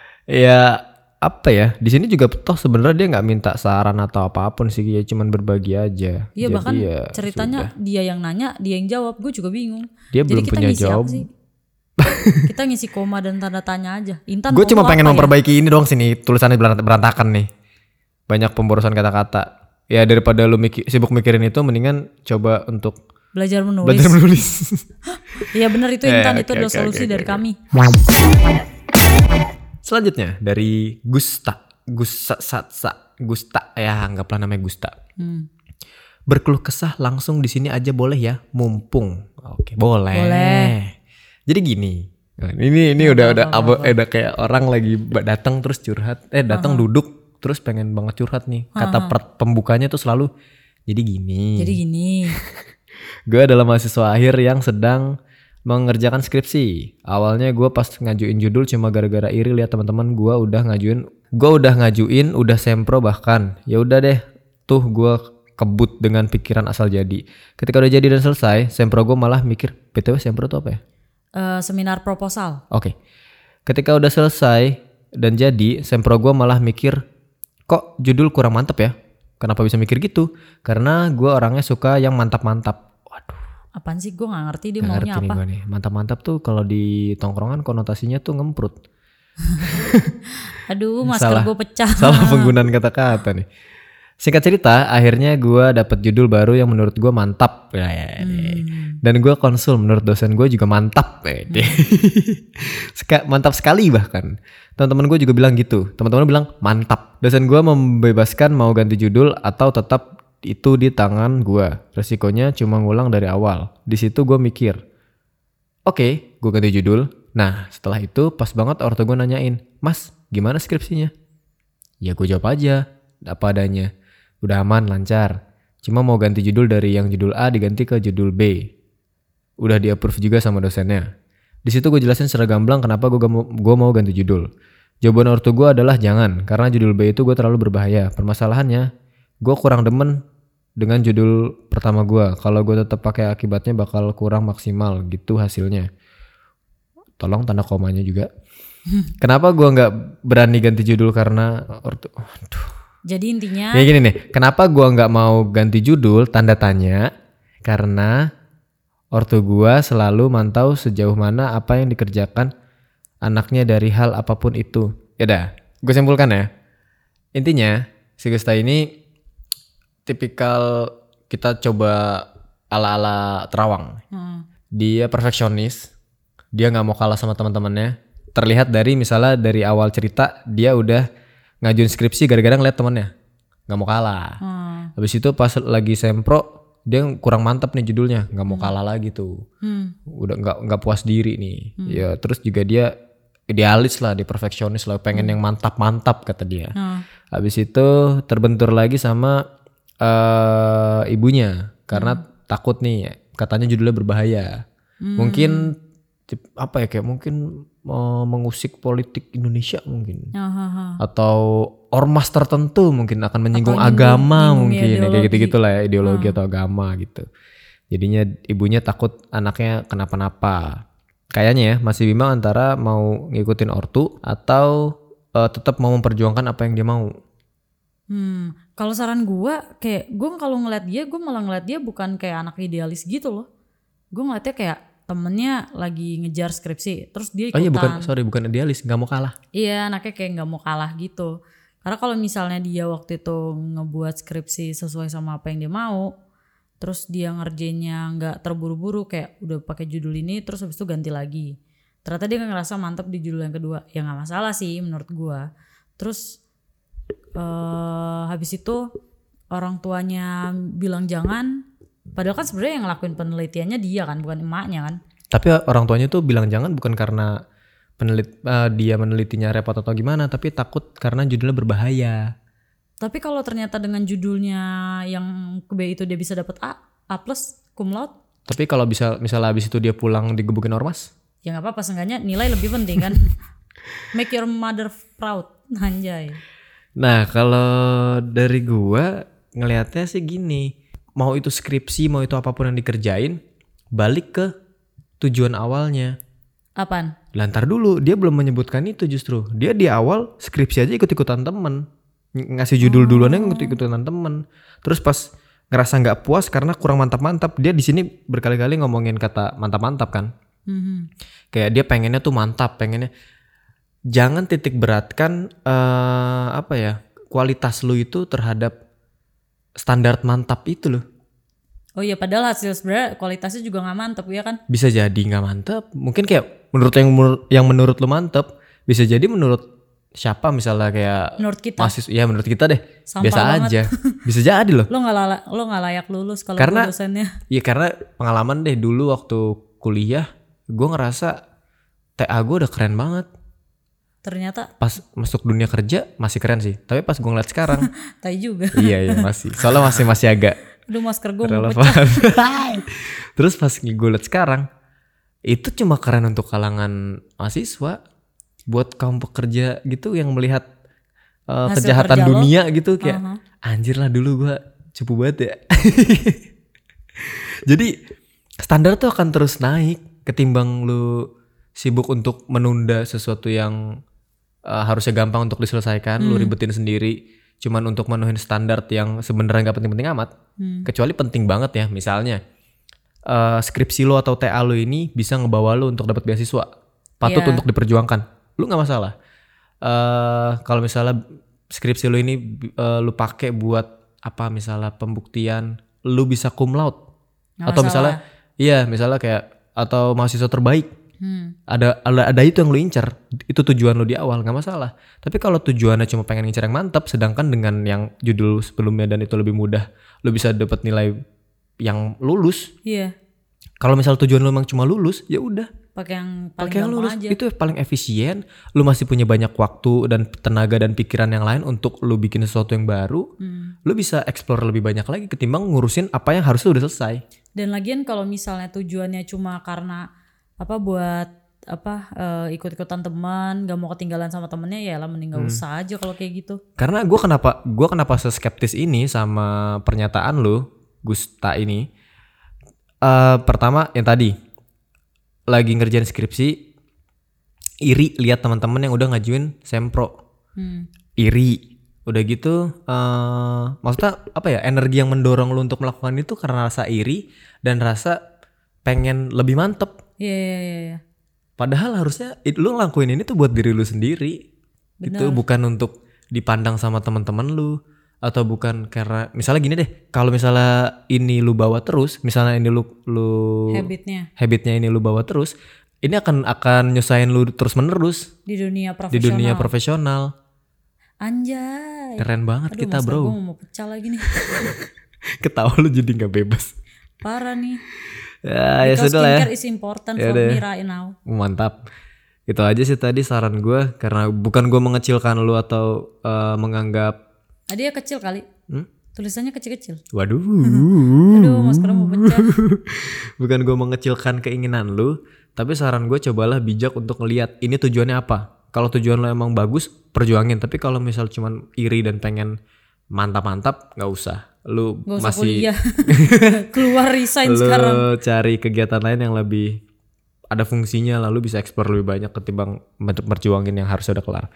Ya apa ya? Di sini juga toh sebenarnya dia nggak minta saran atau apapun sih, ya cuman berbagi aja. Iya bahkan ya, ceritanya sudah. Dia yang nanya, dia yang jawab. Gue juga bingung. Dia Jadi belum punya jawab. Kita ngisi koma dan tanda tanya aja. Intan Gue cuma mau pengen apa ya? memperbaiki ini doang sini, tulisannya berant- berantakan nih. Banyak pemborosan kata-kata. Ya daripada lu mikir, sibuk mikirin itu, mendingan coba untuk Belajar menulis. belajar menulis. Iya benar itu Eh, Intan, oke, itu adalah oke, solusi oke, dari oke. kami. Selanjutnya dari Gusta, Gusta Satsa, Gusta ya anggaplah namanya Gusta. Hmm. Berkeluh kesah langsung di sini aja boleh ya, mumpung. Oke, boleh. Boleh. Jadi gini, nah, ini ini udah udah apa, udah kayak orang lagi ba- datang terus curhat, eh datang duduk terus pengen banget curhat nih. Kata per- pembukanya tuh selalu jadi gini. Jadi gini. Gue adalah mahasiswa akhir yang sedang mengerjakan skripsi. Awalnya gue pas ngajuin judul cuma gara-gara iri lihat teman-teman gue udah ngajuin, gue udah ngajuin, udah sempro bahkan. Ya udah deh, tuh gue kebut dengan pikiran asal jadi. Ketika udah jadi dan selesai, sempro gue malah mikir, B T W sempro tuh apa ya? Eh, seminar proposal. Oke. Ketika udah selesai dan jadi, sempro gue malah mikir, kok judul kurang mantep ya? Kenapa bisa mikir gitu? Karena gue orangnya suka yang mantap-mantap. Waduh. Apaan sih, gue gak ngerti dia Gak maunya ngerti nih apa. gue nih. Mantap-mantap tuh kalau di tongkrongan konotasinya tuh ngemprut. Aduh, masker Salah. gue pecah. Salah penggunaan kata-kata nih. Singkat cerita, akhirnya gue dapet judul baru yang menurut gue mantap. Ya, ya, ya. Hmm. Dan gue konsul, menurut dosen gue juga mantap. Ya, ya. Seka- mantap sekali bahkan. Teman-teman gue juga bilang gitu. Teman-teman bilang mantap. Dosen gue membebaskan mau ganti judul atau tetap itu di tangan gue. Resikonya cuma ngulang dari awal. Di situ gue mikir, oke, gue ganti judul. Nah, setelah itu pas banget ortu gue nanyain, Mas, gimana skripsinya? Ya gue jawab aja, apa adanya. Udah aman, lancar. Cuma mau ganti judul dari yang judul A diganti ke judul B. Udah di-approve juga sama dosennya. Di situ gue jelasin secara gamblang kenapa gue mau, gue mau ganti judul. Jawaban ortu gue adalah jangan, karena judul B itu gue terlalu berbahaya. Permasalahannya, gue kurang demen dengan judul pertama gue. Kalau gue tetap pakai akibatnya bakal kurang maksimal gitu hasilnya. Tolong tanda komanya juga. Kenapa gue nggak berani ganti judul karena ortu? Aduh. Jadi intinya Ya gini nih, kenapa gua nggak mau ganti judul tanda tanya? Karena ortu gua selalu mantau sejauh mana apa yang dikerjakan anaknya dari hal apapun itu. Ya dah, gue simpulkan ya. Intinya si Gusta ini tipikal kita coba ala-ala terawang. hmm. Dia perfeksionis, dia nggak mau kalah sama teman-temannya. Terlihat dari misalnya dari awal cerita dia udah ngajuin skripsi gara-gara ngeliat temannya nggak mau kalah. Hmm. Habis itu pas lagi sempro dia kurang mantap nih judulnya, nggak mau kalah lagi tuh. Hmm. Udah nggak nggak puas diri nih. Ya terus juga dia idealis lah, dia perfeksionis lah, pengen yang mantap-mantap kata dia. Hmm. Habis itu terbentur lagi sama uh, ibunya karena takut nih katanya judulnya berbahaya. Mungkin tip- apa ya kayak mungkin uh, mengusik politik Indonesia mungkin. Hahaha. Atau ormas tertentu mungkin akan menyinggung Atau nyinggung- agama nyinggung mungkin ya, kayak ideologi. gitu-gitu lah ya, ideologi atau agama gitu. Jadinya ibunya takut anaknya kenapa-napa. Kayaknya ya masih bimbang antara mau ngikutin ortu atau uh, tetap mau memperjuangkan apa yang dia mau. Hmm. Kalau saran gue, kayak gue kalau ngeliat dia, gue malah ngeliat dia bukan kayak anak idealis gitu loh. Gue ngeliatnya kayak temennya lagi ngejar skripsi, terus dia Oh ikutan. iya bukan, sorry bukan idealis, nggak mau kalah. Iya, anaknya kayak nggak mau kalah gitu. Karena kalau misalnya dia waktu itu ngebuat skripsi sesuai sama apa yang dia mau, terus dia ngerjainnya nggak terburu-buru, kayak udah pakai judul ini, terus habis itu ganti lagi. Ternyata dia ngerasa mantap di judul yang kedua, ya nggak masalah sih menurut gua. Terus eh, habis itu orang tuanya bilang jangan, padahal kan sebenarnya yang ngelakuin penelitiannya dia kan, bukan emaknya kan. Tapi orang tuanya tuh bilang jangan bukan karena penelit uh, dia menelitinya repot atau gimana, tapi takut karena judulnya berbahaya. Tapi kalau ternyata dengan judulnya yang ke B itu dia bisa dapat A, A plus, cum laude, Tapi kalau bisa misalnya habis itu dia pulang digebukin ormas, ya nggak apa-apa, seenggaknya nilai lebih penting kan. Make your mother proud, anjay. nah kalau dari gua ngelihatnya sih gini, mau itu skripsi mau itu apapun yang dikerjain, balik ke tujuan awalnya. Apaan? Lantar dulu, dia belum menyebutkan itu justru. Dia di awal skripsi aja ikut-ikutan temen. Ng- Ngasih judul duluan yang ikut-ikutan temen. Terus pas ngerasa nggak puas karena kurang mantap-mantap, dia di sini berkali-kali ngomongin kata mantap-mantap kan. Mm-hmm. Kayak dia pengennya tuh mantap, pengennya. Jangan titik beratkan uh, apa ya, kualitas lu itu terhadap standar mantap itu loh. Oh iya, padahal hasil sebenarnya kualitasnya juga nggak mantap ya kan? Bisa jadi nggak mantap. Mungkin kayak menurut yang yang menurut lu mantap, bisa jadi menurut siapa misalnya kayak menurut kita mahasiswa, ya menurut kita deh sampah biasa banget. Aja bisa jadi loh. Lo nggak layak lo nggak layak lulus kalau karena dosennya. Iya karena pengalaman deh dulu waktu kuliah gue ngerasa T A gue udah keren banget, ternyata pas masuk dunia kerja masih keren sih, tapi pas gue ngeliat sekarang tai juga. iya iya masih soalnya masih masih agak aduh masker gue mau relevan. pecah. Terus pas gue liat sekarang itu cuma keren untuk kalangan mahasiswa. Buat kaum pekerja gitu yang melihat uh, kejahatan dunia lo, gitu kayak uh-huh. anjir lah dulu gue cupu banget ya. Jadi standar tuh akan terus naik ketimbang lu sibuk untuk menunda sesuatu yang uh, harusnya gampang untuk diselesaikan, hmm. lu ribetin sendiri cuman untuk menuhin standar yang sebenarnya gak penting-penting amat. Hmm. Kecuali penting banget ya, misalnya uh, skripsi lu atau T A lu ini bisa ngebawa lu untuk dapat beasiswa, patut yeah. untuk diperjuangkan. Lu nggak masalah. Uh, kalau misalnya skripsi lu ini uh, lu pakai buat apa misalnya pembuktian, lu bisa cum laude. Nggak atau masalah. Misalnya, iya misalnya kayak atau mahasiswa terbaik. Hmm. Ada, ada ada itu yang lu incar, itu tujuan lu di awal nggak masalah. Tapi kalau tujuannya cuma pengen ngincar yang mantap, sedangkan dengan yang judul sebelumnya dan itu lebih mudah, lu bisa dapat nilai yang lulus. Iya. Kalau misal tujuan lu emang cuma lulus, ya udah. Pakai yang paling Pake yang gampang lulus, aja. itu paling efisien. Lu masih punya banyak waktu dan tenaga dan pikiran yang lain untuk lu bikin sesuatu yang baru. Hmm. Lu bisa explore lebih banyak lagi ketimbang ngurusin apa yang harusnya udah selesai. Dan lagian kalau misalnya tujuannya cuma karena apa buat apa uh, ikut-ikutan teman, gak mau ketinggalan sama temennya, ya lah mending gak hmm. usah aja kalau kayak gitu. Karena gue kenapa gue kenapa seskeptis ini sama pernyataan lu, Gusta ini. Uh, pertama yang tadi. Lagi ngerjain skripsi, iri lihat teman-teman yang udah ngajuin sempro, hmm. iri, udah gitu, uh, maksudnya apa ya, energi yang mendorong lu untuk melakukan itu karena rasa iri dan rasa pengen lebih mantep. Iya yeah, iya yeah, iya. Padahal harusnya it, lu ngelakuin ini tuh buat diri lu sendiri, gitu, bukan untuk dipandang sama teman-teman lu. Atau bukan karena misalnya gini deh, kalau misalnya ini lu bawa terus, misalnya ini lu lu habitnya habitnya ini lu bawa terus, ini akan akan nyusahin lu terus menerus di dunia profesional. Di dunia profesional. Anjay. Keren banget. Aduh, kita bro. Gue mau pecah lagi nih. Ketawa lu jadi nggak bebas. Parah nih. Ya, ya sudah lah ya. Skincare is important ya for deh. Me right now. Mantap. Itu aja sih tadi saran gue, karena bukan gue mengecilkan lu atau uh, menganggap. Ah, dia kecil kali. Hmm? Tulisannya kecil-kecil. Waduh. Aduh, masker mau pecah. Bukan gue mengecilkan keinginan lu, tapi saran gue cobalah bijak untuk ngelihat ini tujuannya apa. Kalau tujuan lu emang bagus, perjuangin. Tapi kalau misal cuman iri dan pengen mantap-mantap, nggak usah. Lu gak usah masih kuliah. Keluar resign lu sekarang. Lu cari kegiatan lain yang lebih ada fungsinya, lalu bisa explore lebih banyak ketimbang merjuangin yang harus udah kelar.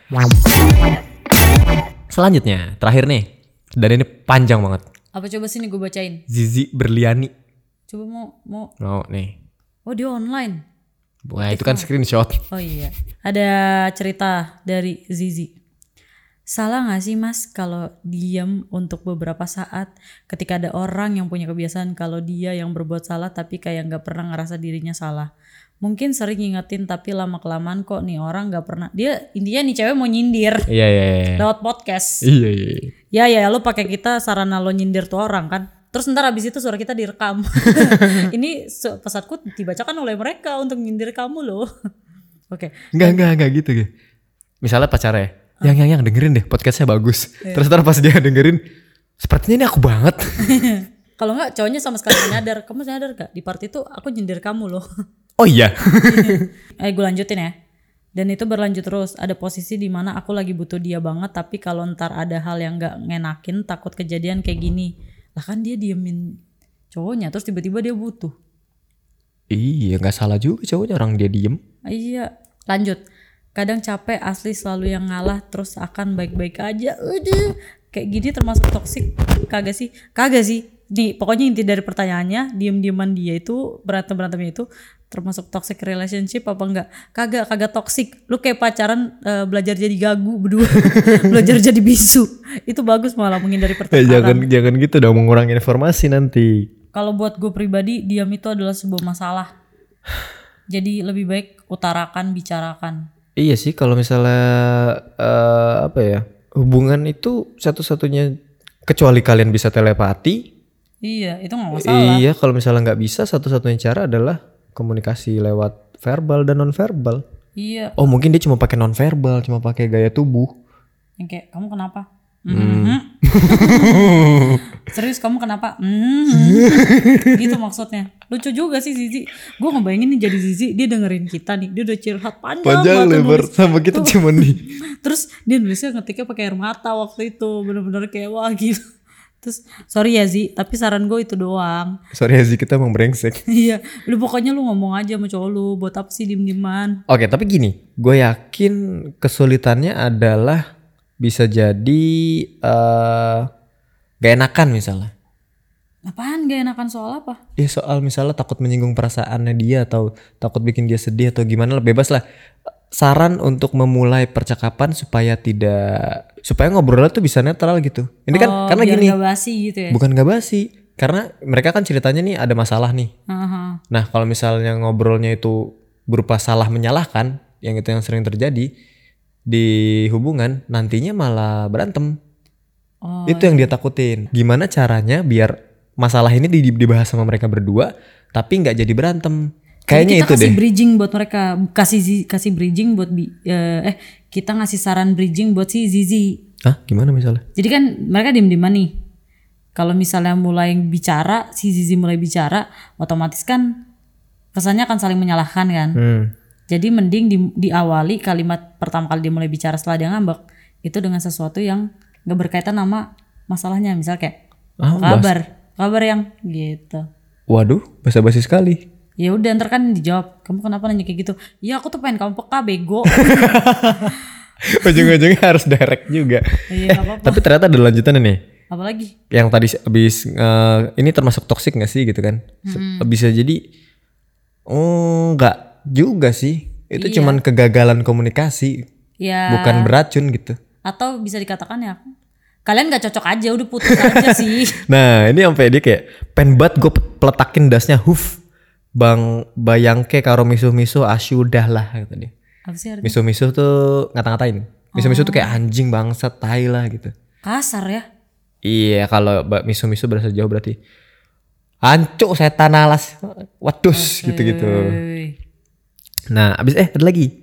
Selanjutnya, terakhir nih, dan ini panjang banget. Apa coba sini gue bacain? Zizi Berliani. Coba mau mau. Mau nih. Oh dia online. Wah itu kan screenshot. Oh iya. Ada cerita dari Zizi. Salah gak sih mas kalau diam untuk beberapa saat ketika ada orang yang punya kebiasaan kalau dia yang berbuat salah tapi kayak gak pernah ngerasa dirinya salah. Mungkin sering ngingetin tapi lama-kelamaan kok nih orang gak pernah. Dia intinya nih cewek mau nyindir. Iya iya iya. Lewat podcast. Iya iya iya. Ya ya lo pakai kita sarana lo nyindir tuh orang kan. Terus ntar abis itu suara kita direkam. Ini pesanku dibacakan oleh mereka untuk nyindir kamu loh. Oke. Okay. Enggak enggak enggak gitu gitu. Misalnya pacarnya, ah. yang yang yang dengerin deh podcastnya bagus. Yeah. Terus ntar pas dia dengerin, sepertinya ini aku banget. Kalau enggak cowoknya sama sekali nyadar. Kamu nyadar gak di part itu aku nyindir kamu loh. Oh iya. Eh gue lanjutin ya. Dan itu berlanjut terus. Ada posisi di mana aku lagi butuh dia banget, tapi kalau ntar ada hal yang gak ngenakin, takut kejadian kayak gini. Lah kan dia diemin cowoknya, terus tiba-tiba dia butuh. Iya, gak salah juga cowoknya, orang dia diem. Iya. Lanjut. Kadang capek asli selalu yang ngalah, terus akan baik-baik aja. Udah. Kayak gini termasuk toksik kagak sih? Kagak sih. Nih pokoknya inti dari pertanyaannya, diem-dieman dia itu, berantem-berantemnya itu termasuk toxic relationship apa enggak? Kagak, kagak toxic. Lu kayak pacaran uh, belajar jadi gagu berdua, belajar jadi bisu. Itu bagus malah menghindari pertengkaran. Eh, jangan jangan gitu dong, mengurangi informasi nanti. Kalau buat gue pribadi, diam itu adalah sebuah masalah. Jadi lebih baik utarakan, bicarakan. Iya sih, kalau misalnya uh, apa ya, hubungan itu satu-satunya, kecuali kalian bisa telepati. Iya, itu nggak masalah. Iya, kalau misalnya nggak bisa, satu-satunya cara adalah komunikasi lewat verbal dan non verbal. Iya. Oh, mungkin dia cuma pakai non verbal, cuma pakai gaya tubuh. Yang kayak kamu kenapa? Hmm. Mm-hmm. Serius kamu kenapa? Mm-hmm. Gitu maksudnya. Lucu juga sih Zizi. Gue ngebayangin nih jadi Zizi, dia dengerin kita nih, dia udah curhat panjang, panjang lebar sama kita tuh. Cuma nih. Terus dia nulisnya ngetiknya pakai air mata waktu itu, bener-bener kayak wah gitu. Terus sorry ya Zi, tapi saran gue itu doang. Sorry ya Zi, kita emang brengsek. Iya, lu pokoknya lu ngomong aja sama cowok lu, buat apa sih diem-dieman. Oke, tapi gini, gue yakin kesulitannya adalah bisa jadi uh, gak enakan misalnya. Apaan gak enakan soal apa? Ya soal misalnya takut menyinggung perasaannya dia, atau takut bikin dia sedih atau gimana lah, bebas lah. Saran untuk memulai percakapan supaya tidak, supaya ngobrolnya tuh bisa netral gitu. Ini kan oh, karena biar gini, gak basi gitu ya? Bukan gak basi, karena mereka kan ceritanya nih ada masalah nih. Uh-huh. Nah kalau misalnya ngobrolnya itu berupa salah menyalahkan, yang itu yang sering terjadi di hubungan, nantinya malah berantem. Oh, itu yang dia takutin. Gimana caranya biar masalah ini dibahas sama mereka berdua, tapi nggak jadi berantem. Kayaknya itu deh. Kita kasih bridging buat mereka, kasih kasih bridging buat uh, eh kita ngasih saran bridging buat si Zizi. Hah? Gimana misalnya? Jadi kan mereka diem-dieman nih. Kalau misalnya mulai bicara, si Zizi mulai bicara, otomatis kan kesannya akan saling menyalahkan kan. Hmm. Jadi mending di, diawali kalimat pertama kali dia mulai bicara setelah dia ngambek itu dengan sesuatu yang gak berkaitan sama masalahnya. Misal kayak ah, kabar, bas. kabar yang gitu. Waduh, basa-basi sekali. Ya udah ntar kan dijawab, kamu kenapa nanya kayak gitu? Ya aku tuh pengen kamu peka bego. Ujung-ujungnya harus direct juga. Iya, eh, apa-apa. Tapi ternyata ada lanjutannya nih. Apalagi? Yang tadi abis uh, ini termasuk toksik gak sih gitu kan? Hmm. Bisa jadi oh enggak juga sih. Itu iya. Cuman kegagalan komunikasi. Ya. Bukan beracun gitu. Atau bisa dikatakan ya kalian gak cocok aja, udah putus aja sih. Nah ini sampai dia kayak pen banget gue peletakin dasnya huf. Bang bayangke karo misuh-misuh asyudah lah kata dia. Apa sih artinya? Misuh-misuh tuh ngata-ngatain. Misuh-misuh oh. tuh kayak anjing bangsat tai lah gitu. Kasar ya? Iya kalau misuh-misuh berasa jauh berarti ancuk setan alas wadus okay. gitu-gitu. Nah abis eh ada lagi.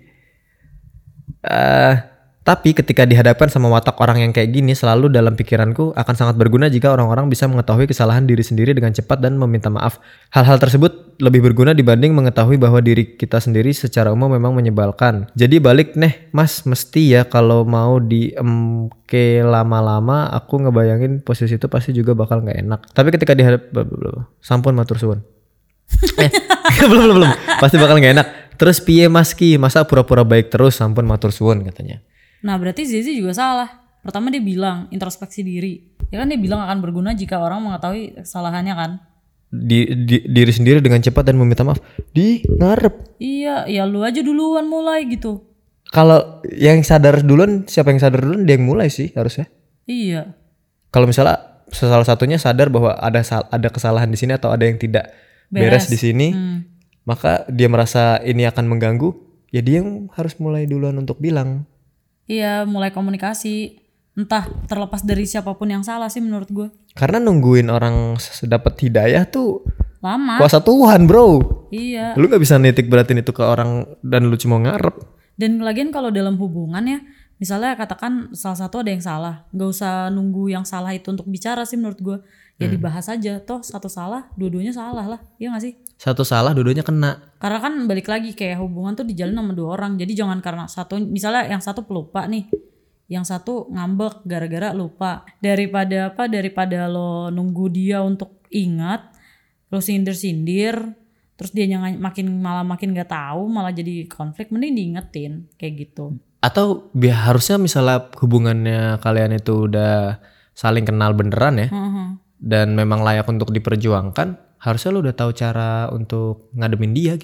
Uh, Tapi ketika dihadapkan sama watak orang yang kayak gini, selalu dalam pikiranku akan sangat berguna jika orang-orang bisa mengetahui kesalahan diri sendiri dengan cepat dan meminta maaf. Hal-hal tersebut lebih berguna dibanding mengetahui bahwa diri kita sendiri secara umum memang menyebalkan. Jadi balik nih mas, mesti ya kalau mau diemke lama-lama, aku ngebayangin posisi itu pasti juga bakal gak enak. Tapi ketika dihadap, sampun matur suwun. eh, belum belum belum, pasti bakal gak enak. Terus piye mas ki, masa pura-pura baik terus, sampun matur suwun katanya. Nah berarti Zizi juga salah. Pertama dia bilang introspeksi diri. Ya kan dia bilang akan berguna jika orang mengetahui kesalahannya kan. Di, di, diri sendiri dengan cepat dan meminta maaf. Di ngarep. Iya, ya lu aja duluan mulai gitu. Kalau yang sadar duluan, siapa yang sadar duluan dia yang mulai sih harusnya. Iya. Kalau misalnya salah satunya sadar bahwa ada ada kesalahan di sini atau ada yang tidak beres, beres di sini, hmm. maka dia merasa ini akan mengganggu, ya dia yang harus mulai duluan untuk bilang. Iya, mulai komunikasi. Entah terlepas dari siapapun yang salah sih menurut gue. Karena nungguin orang dapat hidayah tuh lama. Kuasa Tuhan, bro. Iya. Lu gak bisa nitik beratin itu ke orang dan lu cuma ngarep. Dan lagian kalau dalam hubungan ya, misalnya katakan salah satu ada yang salah, gak usah nunggu yang salah itu untuk bicara sih menurut gue. Ya hmm. dibahas aja, toh satu salah, dua-duanya salah lah, iya gak sih? Satu salah, dua-duanya kena. Karena kan balik lagi kayak hubungan tuh dijalin sama dua orang, jadi jangan karena satu, misalnya yang satu pelupa nih, yang satu ngambek gara-gara lupa. Daripada apa, daripada lo nunggu dia untuk ingat, lo sindir-sindir, terus dia yang makin malah makin gak tahu, malah jadi konflik, mending diingetin kayak gitu. Atau biar harusnya misalnya hubungannya kalian itu udah saling kenal beneran ya, uh-huh. dan memang layak untuk diperjuangkan, harusnya lo udah tahu cara untuk ngademin dia gitu.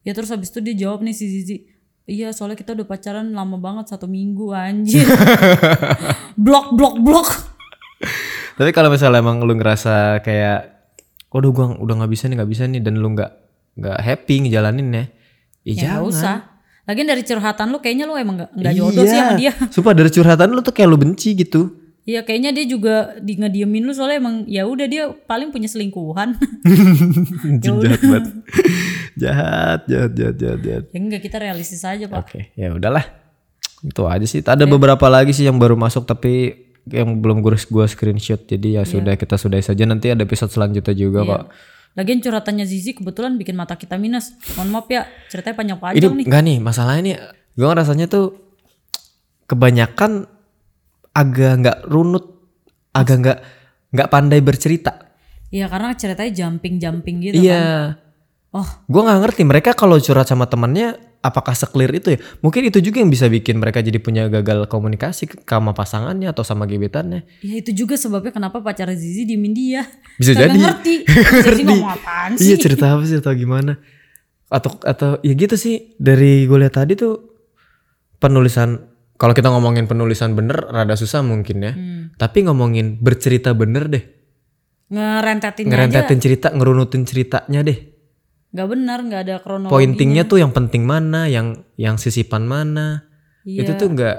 Ya terus habis itu dia jawab nih si Zizi, iya soalnya kita udah pacaran lama banget satu minggu anjir. Blok blok blok. Tapi kalau misalnya emang lu ngerasa kayak, waduh gue udah nggak bisa nih nggak bisa nih dan lu nggak nggak happy ngejalaninnya, ya, Ya jangan. gak usah. Lagian dari curhatan lu kayaknya lu emang gak, gak jodoh sih sama dia. Sumpah dari curhatan lu tuh kayak lu benci gitu. Iya kayaknya dia juga di ngediemin lu soalnya emang ya udah dia paling punya selingkuhan. Anjing jahat banget. jahat, jahat, jahat, jahat, jahat. Ya enggak, kita realistis aja Pak. Oke, ya udahlah. Itu aja sih. Ada beberapa lagi sih yang baru masuk tapi yang belum gue gua screenshot. Jadi ya sudah kita sudahi saja, nanti ada episode selanjutnya juga Iya. kok. Lagian curhatannya Zizi kebetulan bikin mata kita minus. Mohon maaf ya, ceritanya panjang-panjang Ini nih. enggak nih, masalahnya nih gue ngerasanya tuh kebanyakan agak nggak runut, agak nggak nggak pandai bercerita. Iya karena ceritanya jumping-jumping gitu kan. Iya. Oh, Gue nggak ngerti mereka kalau curhat sama temannya apakah seklir itu ya? Mungkin itu juga yang bisa bikin mereka jadi punya gagal komunikasi sama pasangannya atau sama gebetannya. ya itu juga sebabnya kenapa pacar Zizi diemin dia. Bisa Kagak jadi. ngerti. Zizi ngomong apaan sih? Iya, cerita apa sih atau gimana? Atau atau ya gitu sih, dari gue lihat tadi tuh penulisan, kalau kita ngomongin penulisan bener rada susah mungkin ya. Hmm. Tapi ngomongin bercerita bener deh. Ngerentetinnya Ngerentetin aja cerita, ngerunutin ceritanya deh. gak benar, gak ada kronologinya. Pointingnya tuh yang penting mana, yang yang sisipan mana. Iya. Itu tuh nggak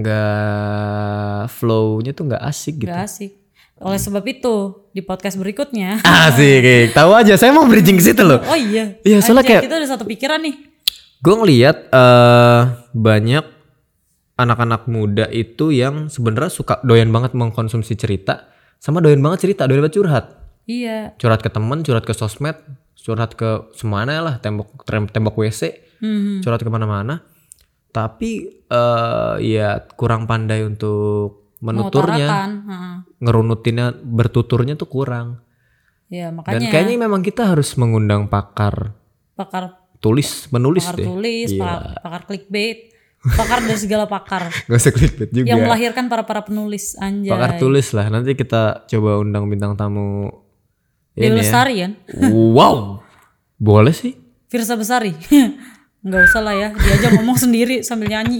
nggak flow-nya tuh nggak asik gitu. Gak asik. Oleh sebab itu di podcast berikutnya. Asik, tahu aja saya mau bridging ke situ loh. Oh iya. Iya, soalnya Anjay, kayak- kita udah satu pikiran nih. Gue ngeliat eh banyak anak-anak muda itu yang sebenarnya suka doyan banget mengkonsumsi cerita, sama doyan banget cerita, doyan banget curhat. Iya. Curhat ke temen, curhat ke sosmed, curhat ke semana lah, tembok tembok W C, Hmm. curhat kemana-mana. Tapi eh ya kurang pandai untuk menuturnya, Mengutarakan. Heeh. ngerunutinnya, bertuturnya tuh kurang. Ya Dan makanya kayaknya memang kita harus mengundang pakar pakar tulis, menulis pakar deh. tulis, Iya. pakar, pakar clickbait, pakar dari segala pakar Gak usah clickbait juga. yang melahirkan para para penulis anjay. Pakar tulis lah. Nanti kita coba undang bintang tamu Dewi ini ya. Lestari kan? Wow, boleh sih. Firsa Besari. Nggak usah lah ya, dia aja ngomong sendiri sambil nyanyi.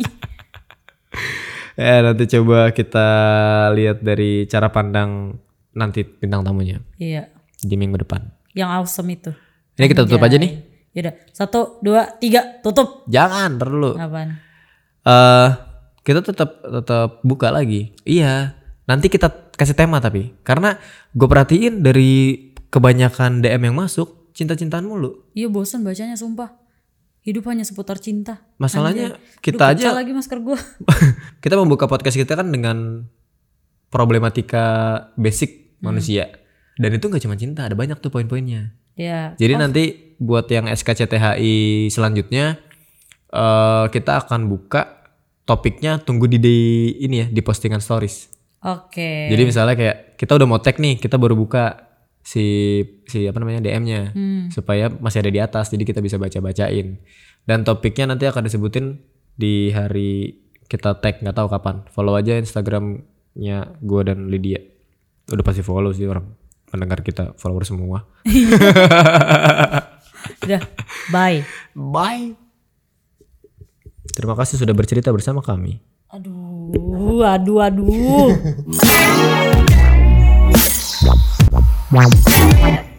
Ya nanti coba kita lihat dari cara pandang nanti bintang tamunya Iya, di minggu depan. yang awesome itu. Ini kita tutup aja nih. Yaudah, satu, dua, tiga, tutup. Jangan, ntar dulu. Apaan? Eh, kita tetap tetap buka lagi. Iya, nanti kita kasih tema tapi karena gue perhatiin dari kebanyakan D M yang masuk cinta-cintaan mulu. Iya bosan bacanya sumpah. Hidup hanya seputar cinta. Masalahnya Anjay. kita Aduh, aja pecah lagi masker gue. kita membuka podcast kita kan dengan problematika basic manusia. Dan itu gak cuma cinta, ada banyak tuh poin-poinnya. Ya. Jadi nanti buat yang S K C T H I selanjutnya eh, kita akan buka topiknya, tunggu di, di ini ya, di postingan stories. Oke. Jadi misalnya kayak kita udah mau tag nih, kita baru buka si si apa namanya D M-nya supaya masih ada di atas, jadi kita bisa baca-bacain. Dan topiknya nanti akan disebutin di hari kita tag, nggak tahu kapan. Follow aja Instagramnya gue dan Lydia. Udah pasti follow sih orang pendengar kita, follower semua. Udah, bye. Bye. Terima kasih sudah bercerita bersama kami. Aduh, aduh, aduh.